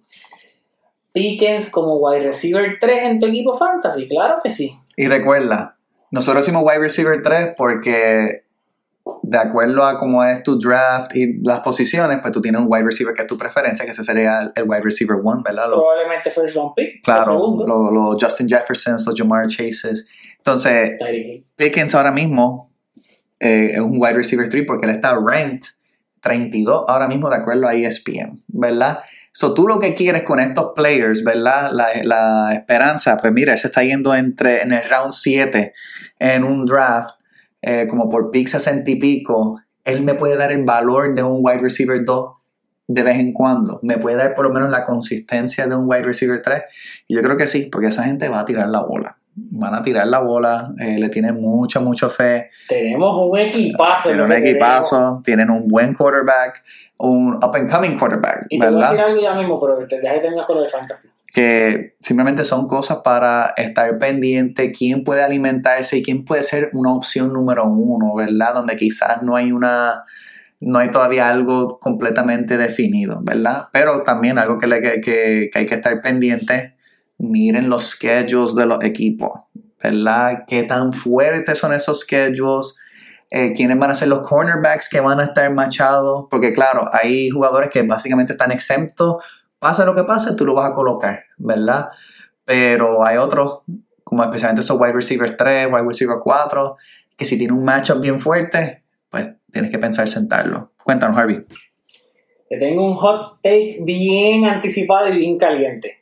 Pickens como wide receiver tres en tu equipo fantasy, claro que sí.
Y recuerda, nosotros hicimos wide receiver tres porque de acuerdo a cómo es tu draft y las posiciones, pues tú tienes un wide receiver que es tu preferencia, que ese sería el, el wide receiver one, ¿verdad? Los,
Probablemente first round pick.
claro, los lo Justin Jeffersons, los Jamar Chases. Entonces, Pickens ahora mismo eh, es un wide receiver tres porque él está ranked treinta y dos ahora mismo de acuerdo a E S P N, ¿verdad? So, tú lo que quieres con estos players, ¿verdad? La, la esperanza, pues mira, él se está yendo entre, en el round siete en un draft, eh, como por pick sesenta y pico. Él me puede dar el valor de un wide receiver dos de vez en cuando. Me puede dar por lo menos la consistencia de un wide receiver tres. Y yo creo que sí, porque esa gente va a tirar la bola. Van a tirar la bola, eh, le tienen mucha, mucha fe.
Tenemos un equipazo.
Tienen un equipazo, tenemos. Tienen un buen quarterback, un up and coming quarterback.
Y te ¿verdad? Voy a decir algo ya mismo, pero te deja que terminar con lo de fantasy.
Que simplemente son cosas para estar pendiente, quién puede alimentarse y quién puede ser una opción número uno, ¿verdad? Donde quizás no hay una... no hay todavía algo completamente definido, ¿verdad? Pero también algo que, le, que, que, que hay que estar pendiente. Miren los schedules de los equipos, ¿verdad? ¿Qué tan fuertes son esos schedules? Eh, ¿Quiénes van a ser los cornerbacks que van a estar machados? Porque claro, hay jugadores que básicamente están exentos. Pase lo que pase, tú lo vas a colocar, ¿verdad? Pero hay otros, como especialmente esos wide receiver tres, wide receiver cuatro, que si tienen un matchup bien fuerte, pues tienes que pensar sentarlo. Cuéntanos, Harvey.
Te tengo un hot take bien anticipado y bien caliente.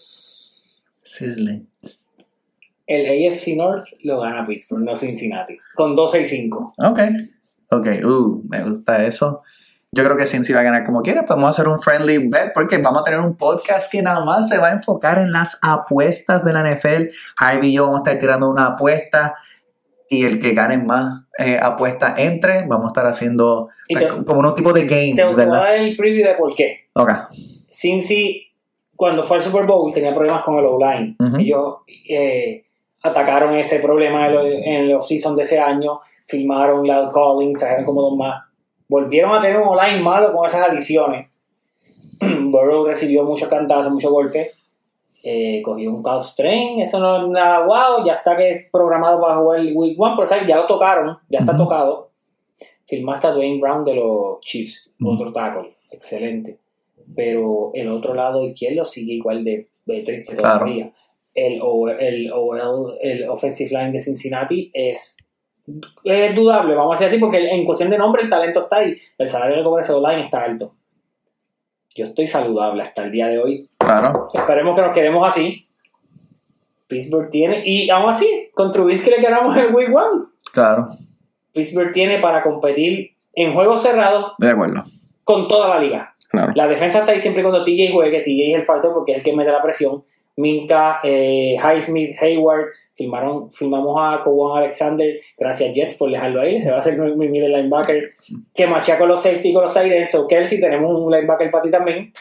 Sizzling.
El A F C North lo gana Pittsburgh, no Cincinnati, con dos seis cinco.
Ok, ok, uh, me gusta eso. Yo creo que Cincy va a ganar como quiera. Podemos hacer un friendly bet porque vamos a tener un podcast que nada más se va a enfocar en las apuestas de la N F L. Harvey y yo vamos a estar tirando una apuesta y el que gane más eh, apuestas entre, vamos a estar haciendo te, como unos tipos de games.
Te voy a dar el preview de por qué.
Ok.
Cincy, cuando fue al Super Bowl, tenía problemas con el O-line. Uh-huh. Ellos eh, atacaron ese problema en el, en el off-season de ese año, filmaron Loud Collins, trajeron como dos más. Volvieron a tener un O-line malo con esas adiciones. Burrow recibió muchos cantazos, muchos golpes. Eh, cogió un calf strain, eso no es nada guau. Ya está que es programado para jugar el Week one, pero ¿sabes? Ya lo tocaron, ya está uh-huh. tocado. Firmaste a Dwayne Brown de los Chiefs, uh-huh. otro tackle, excelente. Pero el otro lado izquierdo sigue igual de, de triste todavía. Claro. El, el, el, el offensive line de Cincinnati es, es dudable, vamos a decir así, porque en cuestión de nombre el talento está ahí, el salario que cobra ese line está alto. Yo estoy saludable hasta el día de hoy.
Claro.
Esperemos que nos quedemos así. Pittsburgh tiene, y aún así, con Trubisky le ganamos el Week one.
Claro.
Pittsburgh tiene para competir en juegos cerrados.
De acuerdo.
Con toda la liga.
Claro.
La defensa está ahí siempre cuando T J juegue. T J es el factor porque es el que mete la presión. Minka, eh, Highsmith, Hayward, filmaron, filmamos a Kawhi Alexander, gracias Jets por dejarlo ahí, se va a hacer mi middle linebacker que machea con los safety y con los tight ends. O Kelsey, tenemos un linebacker para ti también.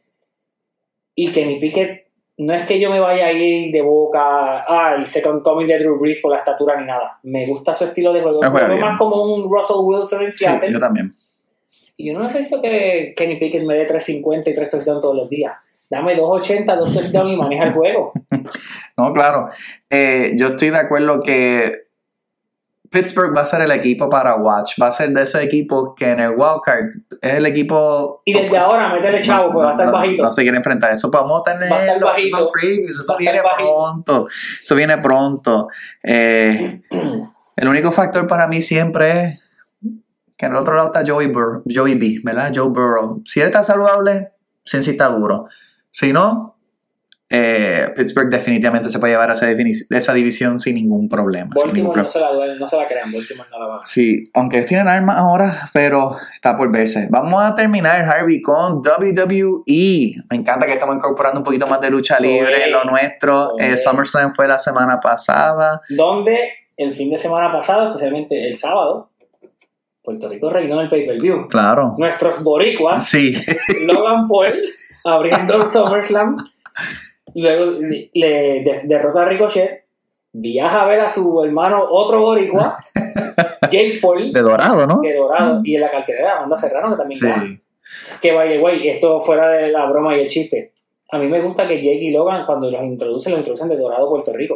Y Kenny Pickett, no es que yo me vaya a ir de boca al ah, second coming de Drew Brees por la estatura ni nada. Me gusta su estilo de juego. Es más como un Russell Wilson en Seattle.
Sí, yo también.
Y yo no necesito que Kenny Pickett me dé tres cincuenta y tres touchdowns todos los días. Dame dos ochenta, dos touchdowns y maneja el juego.
No, claro. Eh, yo estoy de acuerdo que Pittsburgh va a ser el equipo para watch. Va a ser de esos equipos que en el wildcard es el equipo...
Y desde ahora, métele chavo,
no,
pues va a estar
no,
bajito.
No se quiere enfrentar. Eso vamos a tener... Eso son previews. Eso viene pronto. Eso viene pronto. Eh, el único factor para mí siempre es que en el otro lado está Joey, Bur- Joey B, ¿verdad? Joe Burrow. Si él está saludable, Cincy está duro. Si no, eh, Pittsburgh definitivamente se puede llevar a esa, defini- esa división sin ningún problema.
Baltimore
ningún
no, se la duele, no se la crean, Baltimore no la va a.
Sí, aunque ellos tienen armas ahora, pero está por verse. Vamos a terminar, Harvey, con W W E. Me encanta que estamos incorporando un poquito más de lucha Soy, libre en lo nuestro. Eh, SummerSlam fue la semana pasada.
Donde el fin de semana pasado, especialmente el sábado, Puerto Rico reinó en el pay-per-view.
Claro.
Nuestros boricuas.
Sí.
Logan Paul abriendo el SummerSlam. Luego le, le de, derrota a Ricochet. Viaja a ver a su hermano, otro boricua, Jake Paul.
De Dorado, ¿no?
De Dorado. Y en la cartelera Amanda Serrano, que también gana. Sí. Que, by the way, esto fuera de la broma y el chiste. A mí me gusta que Jake y Logan, cuando los introducen, los introducen de Dorado, Puerto Rico.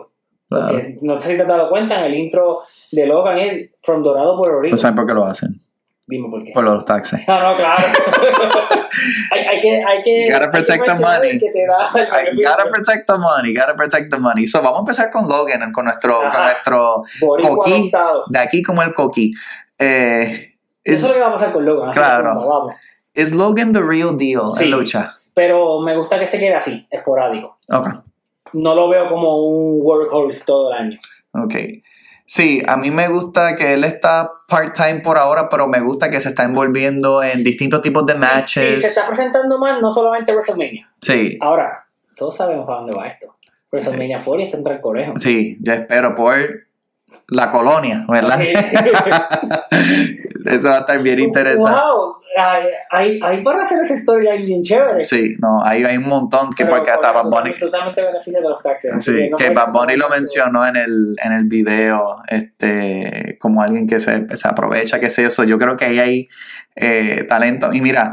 Claro.
Porque no sé si te has dado cuenta, en el intro de Logan es From Dorado, Puerto Rico.
¿No saben por qué lo hacen?
Dime por qué.
Por los taxes.
No, no, claro. hay, hay que, hay que,
You gotta protect the money.
Que te da el
I gotta protect the money, gotta protect the money. So, vamos a empezar con Logan, con nuestro, con nuestro coquí, de aquí como el coquí. Eh,
Eso es lo que va a pasar con Logan. Así
claro.
Forma, vamos.
¿Es Logan the real deal
sí,
en lucha?
Pero me gusta que se quede así, esporádico.
Okay.
No lo veo como un workhorse todo el año.
Ok. Sí, a mí me gusta que él está part-time por ahora, pero me gusta que se está envolviendo en distintos tipos de
sí,
matches.
Sí, se está presentando más, no solamente WrestleMania.
Sí.
Ahora, todos sabemos para dónde va esto. WrestleMania cuatro y está entre el conejo.
Sí, yo espero por la colonia, ¿verdad? Eso va a estar bien interesante.
¡Wow! Hay, hay para hacer esa storyline bien chévere.
Sí, no, hay, hay un montón que
pero,
porque hasta Bad Bunny.
Totalmente beneficia de los taxes.
Sí, que, no que Bad Bunny lo mencionó en el, en el video, este, como alguien que se, se aprovecha, qué sé yo. Yo creo que ahí hay eh, talento. Y mira,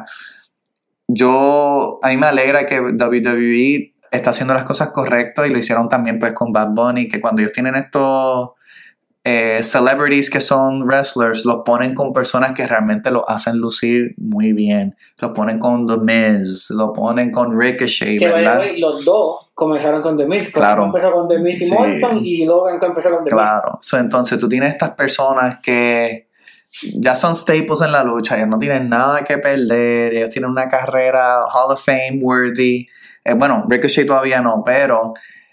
yo, a mí me alegra que W W E está haciendo las cosas correctas y lo hicieron también pues con Bad Bunny, que cuando ellos tienen estos Eh, celebrities que son wrestlers, los ponen con personas que realmente lo hacen lucir muy bien. Los ponen con The Miz, lo ponen con Ricochet,
que
¿verdad?
Way, los dos comenzaron con The Miz.
Claro.
Empezó con The Miz y sí. Morrison, y Logan empezó con The Miz.
Claro. So, entonces tú tienes estas personas que ya son staples en la lucha, ellos no tienen nada que perder, ellos tienen una carrera Hall of Fame worthy. Eh, bueno, Ricochet todavía no, pero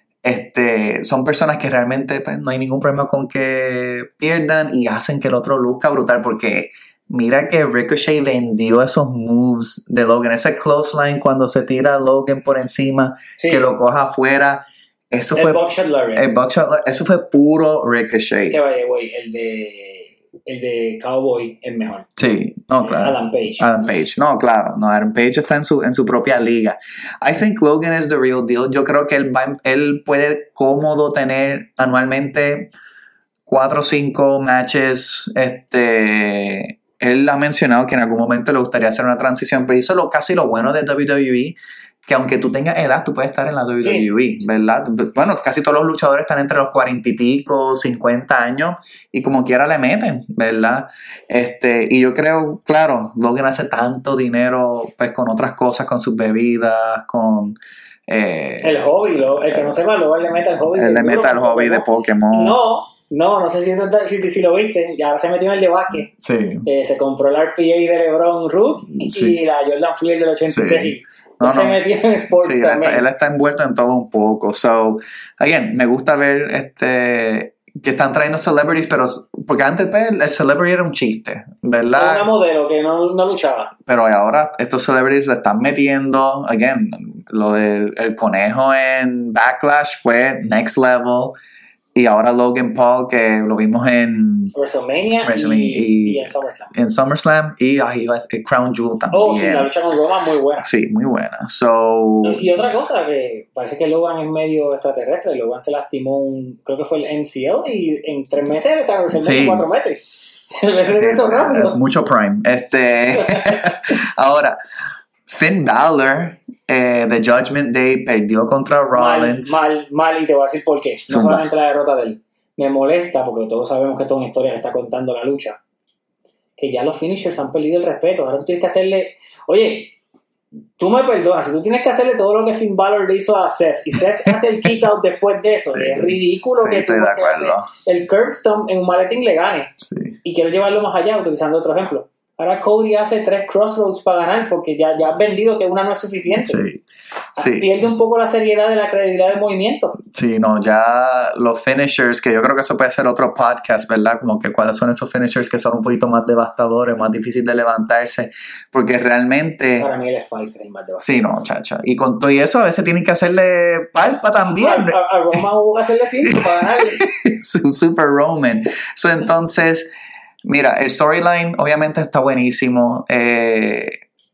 Este, son personas que realmente pues, no hay ningún problema con que pierdan y hacen que el otro luzca brutal, porque mira que Ricochet vendió esos moves de Logan, ese clothesline cuando se tira a Logan por encima, sí. que lo coja afuera, eso
el
fue
Buckshot Lariat.
el Buckshot Lariat, eso fue puro Ricochet.
Que vaya, güey, el de el de Cowboy es mejor.
Sí, no, claro.
Adam Page.
Adam Page, no, claro. No, Adam Page está en su, en su propia liga. I think Logan is the real deal. Yo creo que él, va, él puede cómodo tener anualmente cuatro o cinco matches. Este, él ha mencionado que en algún momento le gustaría hacer una transición, pero eso es lo, casi lo bueno de W W E, que aunque tú tengas edad, tú puedes estar en la W W E, sí. ¿verdad? Bueno, casi todos los luchadores están entre los cuarenta y pico, cincuenta años, y como quiera le meten, ¿verdad? Este, y yo creo, claro, Logan hace tanto dinero, pues, con otras cosas, con sus bebidas, con...
Eh, el hobby, lo, el que no sepa, luego él le mete al hobby.
Él le mete al hobby de Pokémon.
No, no, no sé si, si, si lo viste, ya se metió en el de básquet.
Sí.
Eh, se compró la R P A de LeBron Root
sí.
y la Jordan Fleer del ochenta y seis. Sí.
No, no.
Se metió en sports
sí,
también.
Él está, él está envuelto en todo un poco. So, again, me gusta ver este que están trayendo celebrities, pero porque antes pues, el celebrity era un chiste, ¿verdad?
Era una modelo que no, no luchaba.
Pero ahora estos celebrities le están metiendo, again, lo del el conejo en Backlash fue next level. Y ahora Logan Paul, que lo vimos en
WrestleMania,
WrestleMania
y,
y,
y en SummerSlam.
En SummerSlam y ahí va el Crown Jewel también.
Oh, sí, la lucha con Roman muy buena.
Sí, muy buena. So,
y otra cosa, que parece que Logan es medio extraterrestre. Logan se lastimó, un, creo que fue el M C L, y en tres meses él está en sí. cuatro meses. Le regresó rápido.
Mucho Prime. Este, ahora, Finn Balor eh, de Judgment Day perdió contra Rollins.
Mal, mal, mal, y te voy a decir por qué. No Zumba. Solamente la derrota de él. Me molesta, porque todos sabemos que esto es una historia que está contando la lucha, que ya los finishers han perdido el respeto. Ahora tú tienes que hacerle... Oye, tú me perdonas, si tú tienes que hacerle todo lo que Finn Balor le hizo a Seth, y Seth hace el kick out después de eso, sí, es ridículo sí, que tú el curb stomp en un maletín le gane.
Sí.
Y quiero llevarlo más allá utilizando otro ejemplo. Ahora Cody hace tres crossroads para ganar porque ya, ya has vendido que una no es suficiente.
Sí, sí.
Pierde un poco la seriedad de la credibilidad del movimiento.
Sí, no, ya los finishers, que yo creo que eso puede ser otro podcast, ¿verdad? Como que cuáles son esos finishers que son un poquito más devastadores, más difíciles de levantarse, porque realmente...
Para mí el F cinco es el más devastador.
Sí, no, chacha. Y con todo y eso a veces tienen que hacerle palpa también.
A, a, a Roman hubo que hacerle cinco para ganarle.
Su Super Roman. So, entonces... Mira, el storyline obviamente está buenísimo eh,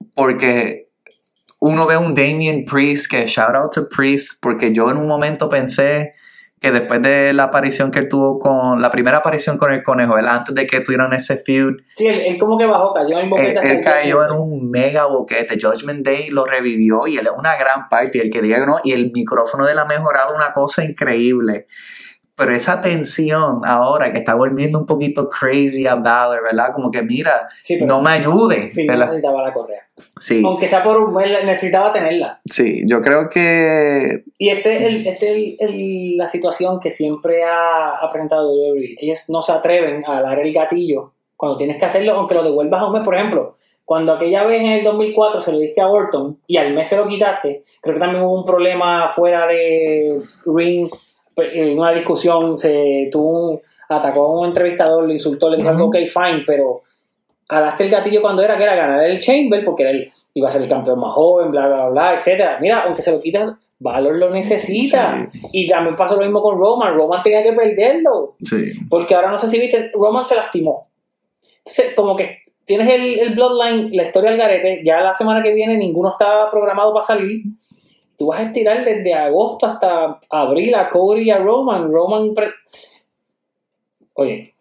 porque uno ve un Damian Priest, que shout out to Priest, porque yo en un momento pensé que después de la aparición que él tuvo con, la primera aparición con el conejo, él antes de que tuvieran ese feud.
Sí, él, él como que bajó, cayó en boquete.
Él, él cayó en un mega boquete. Judgment Day lo revivió y él es una gran parte, y el que diga que no, y el micrófono de él ha mejorado una cosa increíble. pero esa tensión ahora que está volviendo un poquito crazy a Balor, ¿verdad? Como que mira, sí, no me ayude.
Finn necesitaba la correa.
Sí.
Aunque sea por un mes, necesitaba tenerla.
Sí, yo creo que...
Y este es el, este el, el, la situación que siempre ha, ha presentado W W E. Ellos no se atreven a dar el gatillo cuando tienes que hacerlo, aunque lo devuelvas a un mes. Por ejemplo, cuando aquella vez en el dos mil cuatro se lo diste a Orton y al mes se lo quitaste, creo que también hubo un problema fuera de ring. En una discusión se tuvo un, atacó a un entrevistador, le insultó, le dijo algo, uh-huh. ok, fine, pero alaste el gatillo cuando era que era ganar el Chamber porque él iba a ser el campeón más joven, bla, bla, bla, etcétera. Mira, aunque se lo quitas, Balor lo necesita. Sí. Y también pasó lo mismo con Roman. Roman tenía que perderlo.
Sí.
Porque ahora no sé si viste, Roman se lastimó. Entonces, como que tienes el, el Bloodline, la historia del garete, ya la semana que viene ninguno está programado para salir. Tú vas a estirar desde agosto hasta abril a Cody y a Roman. Roman. Pre- Oye,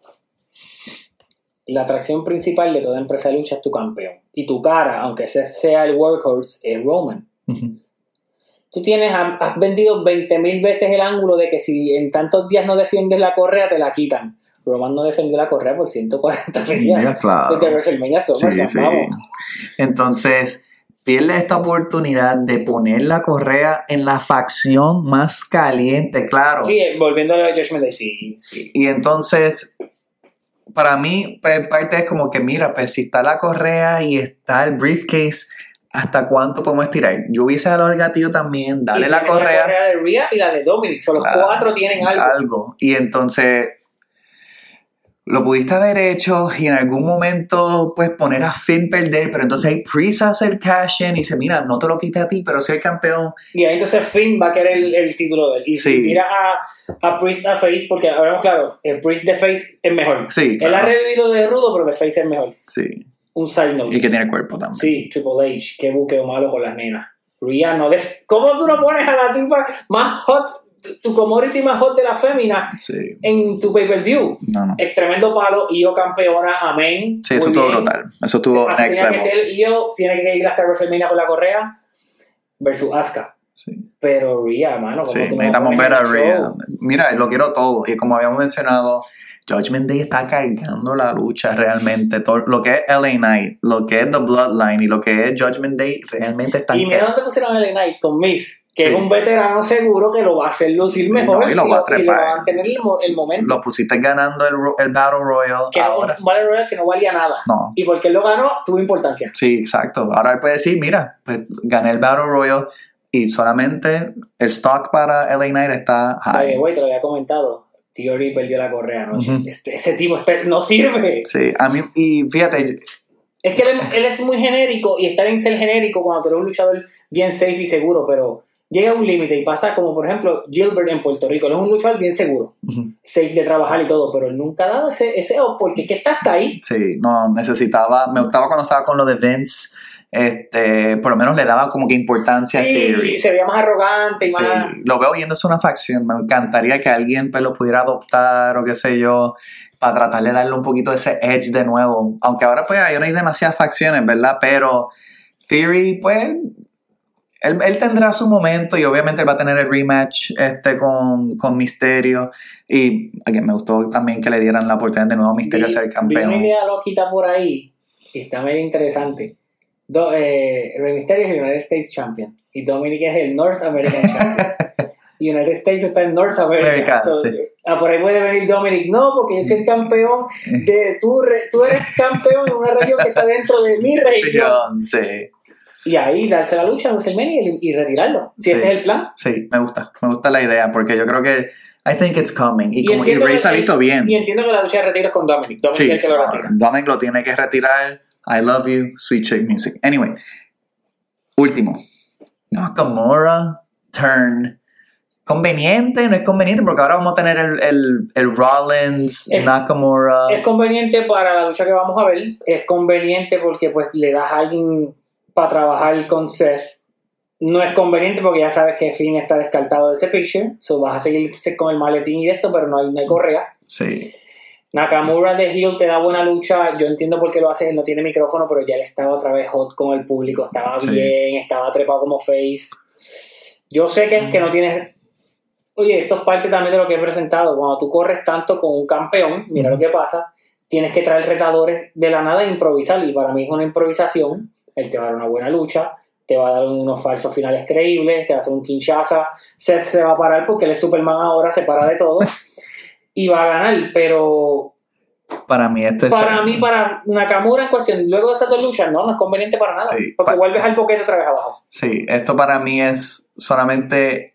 la atracción principal de toda empresa de lucha es tu campeón. Y tu cara, aunque ese sea el workhorse, es Roman. Uh-huh. Tú tienes, has vendido veinte mil veces el ángulo de que si en tantos días no defiendes la correa, te la quitan. Roman no defendió la correa por ciento cuarenta días.
Yeah, claro.
Desde WrestleMania SummerSlam,
sí, sí. Entonces, pierde esta oportunidad de poner la correa en la facción más caliente, claro.
Sí, volviendo a la Judgment Day, sí, sí.
Y entonces, para mí, pues, parte es como que, mira, pues si está la correa y está el briefcase, ¿hasta cuánto podemos estirar? Yo hubiese dado el gatillo también, dale la correa.
La correa de Rhea y la de Dominic, son los claro, cuatro tienen algo.
Algo. Y entonces... lo pudiste haber hecho y en algún momento pues poner a Finn perder, pero entonces ahí Priest hace el cash-in y dice, mira, no te lo quité a ti, pero soy el campeón.
Y ahí entonces Finn va a querer el, el título de él. Y sí. si mira a, a Priest a Face, porque hablamos claro, el Priest de Face es mejor.
Sí,
claro. Él ha revivido de rudo, pero de Face es mejor.
Sí.
Un side note.
Y que tiene cuerpo también.
Sí, Triple H, qué buqueo malo con las nenas. Rhea no def- ¿Cómo tú no pones a la tipa más hot, tu commodity más hot de la fémina
sí.
en tu pay-per-view?
No, no.
Es tremendo palo, Io campeona, amén.
Sí, eso estuvo brutal. Eso estuvo
Así
next
tenía
level.
Que ser Io, tiene que ir hasta WrestleMania con la correa versus Asuka.
Sí.
Pero Rhea, mano, como
sí,
tú
necesitamos ver a Rhea. Mira, lo quiero todo. Y como habíamos mencionado, Judgment Day está cargando la lucha realmente. Todo lo que es L A Knight, lo que es The Bloodline y lo que es Judgment Day realmente está.
Y mira dónde pusieron a L A Knight con Miz, que sí. es un veterano seguro que lo va a hacer lucir mejor.
No, y lo va a trepar.
Y le va a mantener el, el momento.
Lo pusiste ganando el, el Battle Royal.
Que
ahora.
Un Battle Royal que no valía nada.
No.
Y porque él lo ganó, tuvo importancia.
Sí, exacto. Ahora él puede decir, mira, pues gané el Battle Royal y solamente el stock para L A Knight está high.
Oye, güey, te lo había comentado. Theory perdió la correa anoche. Uh-huh. Este, ese tipo no sirve.
Sí, a mí, y fíjate.
Es que él, él es muy genérico y está bien ser genérico cuando tú eres un luchador bien safe y seguro, pero llega a un límite y pasa como, por ejemplo, Gilbert en Puerto Rico. Él es un luchador bien seguro, uh-huh. safe de trabajar y todo, pero él nunca ha dado ese, ese oh, porque es que está hasta ahí.
Sí, no, necesitaba, me gustaba cuando estaba con lo de Vince. Este, por lo menos le daba como que importancia
sí,
a Theory.
Sí, se veía más arrogante y
sí,
más...
lo veo yéndose a una facción. Me encantaría que alguien pues, lo pudiera adoptar o qué sé yo, para tratar de darle un poquito de ese edge de nuevo. Aunque ahora pues ahí no hay demasiadas facciones, ¿verdad? Pero Theory, pues, él, él tendrá su momento y obviamente él va a tener el rematch este, con, con Mysterio. Y again, me gustó también que le dieran la oportunidad de nuevo a Mysterio a ser campeón.
Vi una idea loquita por ahí y está medio interesante. Do, eh, Rey Mysterio es el United States Champion y Dominic es el North American Champion. United States está en North America.
America,
so,
sí.
ah, por ahí puede venir Dominic. No, porque yo soy el campeón de tú, tú eres campeón en una región que está dentro de mi región.
Sí.
Y ahí darse la lucha en WrestleMania y, y retirarlo. Si sí. ese es el plan.
Sí, me gusta. Me gusta la idea porque yo creo que I think it's coming. Y,
y,
como, y Rey se ha visto bien.
Y entiendo que la lucha de retiro es con Dominic. Dominic
sí,
es el que lo retira.
Dominic lo tiene que retirar. I love you, Sweet Chick Music. Anyway, último. Nakamura turn. ¿Conveniente? ¿No es conveniente? Porque ahora vamos a tener el, el, el Rollins, es, Nakamura.
Es conveniente para la lucha que vamos a ver. Es conveniente porque pues le das a alguien para trabajar con Seth. No es conveniente porque ya sabes que Finn está descartado de ese picture. So vas a seguir con el maletín y esto, pero no hay, no hay correa.
Sí.
Nakamura de heel te da buena lucha. Yo entiendo por qué lo hace. Él no tiene micrófono, pero ya él estaba otra vez hot con el público. Estaba sí. bien, estaba trepado como face. Yo sé que, que no tienes oye, esto es parte también de lo que he presentado. Cuando tú corres tanto con un campeón, mira lo que pasa, tienes que traer retadores de la nada e improvisar. Y para mí es una improvisación. Él te va a dar una buena lucha, te va a dar unos falsos finales creíbles, te va a hacer un Kinshasa. Seth se va a parar porque él es Superman ahora, se para de todo y va a ganar. Pero
para mí esto es...
Para mí, para Nakamura en cuestión, luego de estas dos luchas, no, no es conveniente para nada. Sí, porque pa- vuelves al boquete otra vez abajo.
Sí, esto para mí es solamente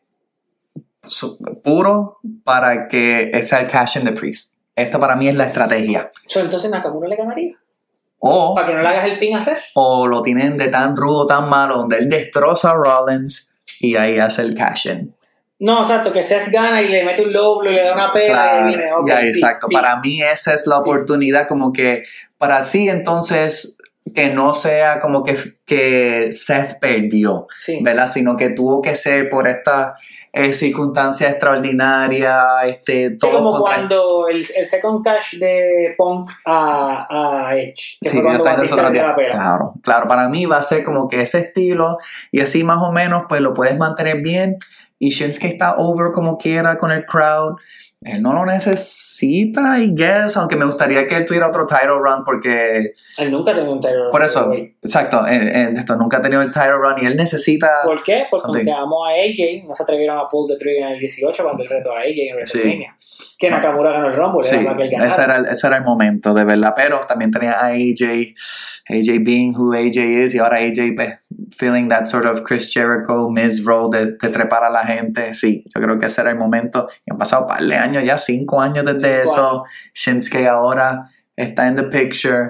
puro para que sea el cash in the Priest. Esto para mí es la estrategia.
So, entonces Nakamura le ganaría.
O,
para que no le hagas el pin a hacer.
O lo tienen de tan rudo, tan malo, donde él destroza a Rollins y ahí hace el cash in.
No, exacto, que Seth gana y le mete un low blow y le da una pela, claro, y viene. Okay,
ya,
sí,
exacto.
Sí.
Para mí esa es la
Sí.
oportunidad, como que para así entonces que no sea como que, que Seth perdió,
sí.
¿verdad? Sino que tuvo que ser por esta eh, circunstancia extraordinaria, este, todo
sí, como
contra...
cuando el, el second cash de Punk a, a Edge, que
sí,
fue cuando Batista le dio la pela.
Claro, claro, para mí va a ser como que ese estilo y así más o menos pues lo puedes mantener bien y Shinsuke está over como quiera con el crowd. Él no lo necesita, I guess, aunque me gustaría que él tuviera otro title run porque...
Él nunca ha tenido un title run.
Por eso, exacto, eh, eh, esto, nunca ha tenido el title run y él necesita...
¿Por qué? Porque aunque amo a A J, no se atrevieron a pull the trigger en el dieciocho cuando él retó a A J en WrestleMania. Sí. Que Nakamura ganó el Rumble,
sí,
era que él ganara.
Ese era, el, ese era el momento, de verdad, pero también tenía a A J, A J being who A J is, y ahora A J pues, feeling that sort of Chris Jericho, Miz role de, de trepar a la gente. Sí, yo creo que ese era el momento. Y han pasado un par de años ya, cinco años desde cinco eso. Años. Shinsuke ahora está in the picture.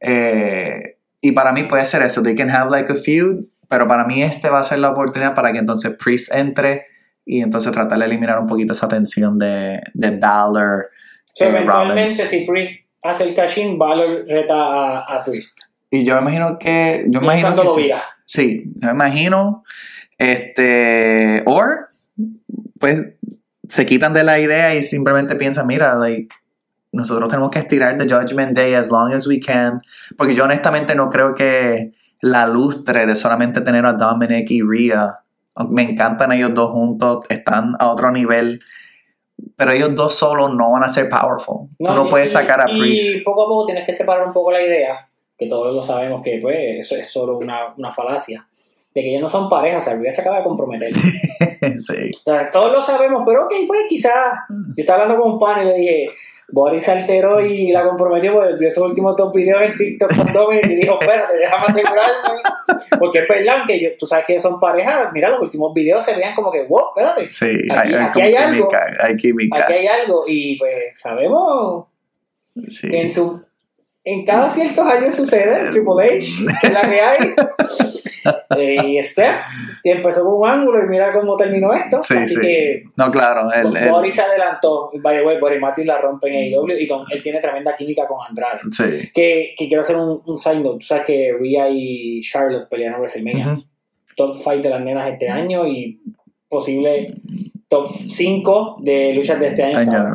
Eh, y para mí puede ser eso. They can have like a feud, pero para mí este va a ser la oportunidad para que entonces Priest entre y entonces tratar de eliminar un poquito esa tensión de, de Balor.
So, eh, eventualmente, si Priest hace el cash-in, Balor reta a, a Priest.
Y yo me imagino que... Yo me imagino
cuando
que
lo
sí.
vira.
Sí, yo me imagino. Este... Or, pues, se quitan de la idea y simplemente piensan, mira, like, nosotros tenemos que estirar the Judgment Day as long as we can. Porque yo honestamente no creo que la lustre de solamente tener a Dominic y Rhea... Me encantan ellos dos juntos, están a otro nivel, pero ellos dos solos no van a ser powerful. No, Tú no y, puedes sacar a
y
Priest.
Y poco a poco tienes que separar un poco la idea, que todos lo sabemos que pues eso es solo una, una falacia, de que ellos no son pareja, o sea, Rhea se acaba de comprometer.
Sí.
O sea, todos lo sabemos, pero ok, pues quizás. Yo estaba hablando con un pan y le dije, Boris se alteró y la comprometió porque vio esos últimos dos videos en TikTok con Dominic y dijo, espérate, déjame asegurarme. Porque es verdad que yo, tú sabes que son parejas, mira, los últimos videos se vean como que, wow, espérate.
Sí,
aquí hay, aquí hay
química,
algo.
Hay química.
Aquí hay algo y pues sabemos
sí.
que en su... En cada ciertos años sucede, Triple H, que es la que hay. eh, y Steph, que empezó con un ángulo y mira cómo terminó esto.
Sí,
Así
sí.
que.
No, claro. El, el...
Boris se adelantó. By the way, Boris Matthews la rompe en A E W y con, él tiene tremenda química con Andrade.
Sí.
Que, que quiero hacer un, un side note. Tú sabes que Rhea y Charlotte pelearon en WrestleMania. Uh-huh. Top five de las nenas este año y posible top cinco de luchas de este año. año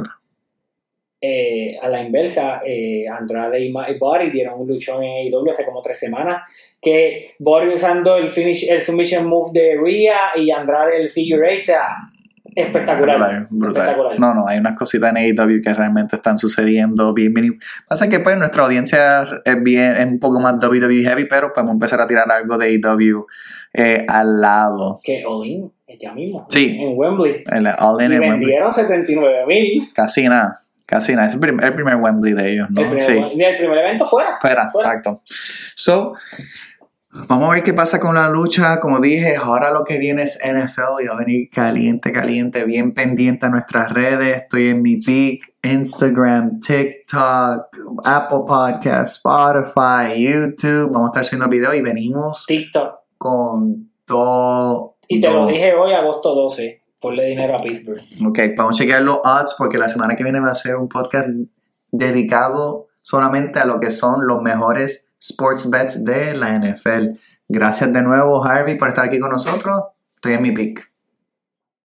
Eh, a la inversa, eh, Andrade y Boris dieron un luchón en A E W hace como tres semanas, que Boris usando el finish, el submission move de Rhea y Andrade el figure eight, o sea, espectacular,
espectacular, brutal.
espectacular.
No, no, hay unas cositas en A E W que realmente están sucediendo bien, bien. Pasa que pues nuestra audiencia es bien, es un poco más W W E heavy, pero podemos empezar a tirar algo de A E W eh, al lado.
Que All In, ya mismo,
sí,
en Wembley,
el All In
y
en
vendieron
Wembley.
setenta y nueve mil.
Casi nada. Casi nada, es el primer, el primer Wembley de ellos, ¿no?
El primer,
sí.
el primer evento fuera.
Fuera, fuera. Exacto. So, vamos a ver qué pasa con la lucha. Como dije, ahora lo que viene es N F L y va a venir caliente, caliente, bien pendiente a nuestras redes. Estoy en mi peak, Instagram, TikTok, Apple Podcasts, Spotify, YouTube. Vamos a estar haciendo videos y venimos
TikTok
con todo.
Y te
todo.
lo dije hoy, agosto doce. Ponle dinero a Pittsburgh.
Ok, vamos a chequear los odds porque la semana que viene va a ser un podcast dedicado solamente a lo que son los mejores sports bets de la N F L. Gracias de nuevo, Harvey, por estar aquí con nosotros. Estoy en mi pick.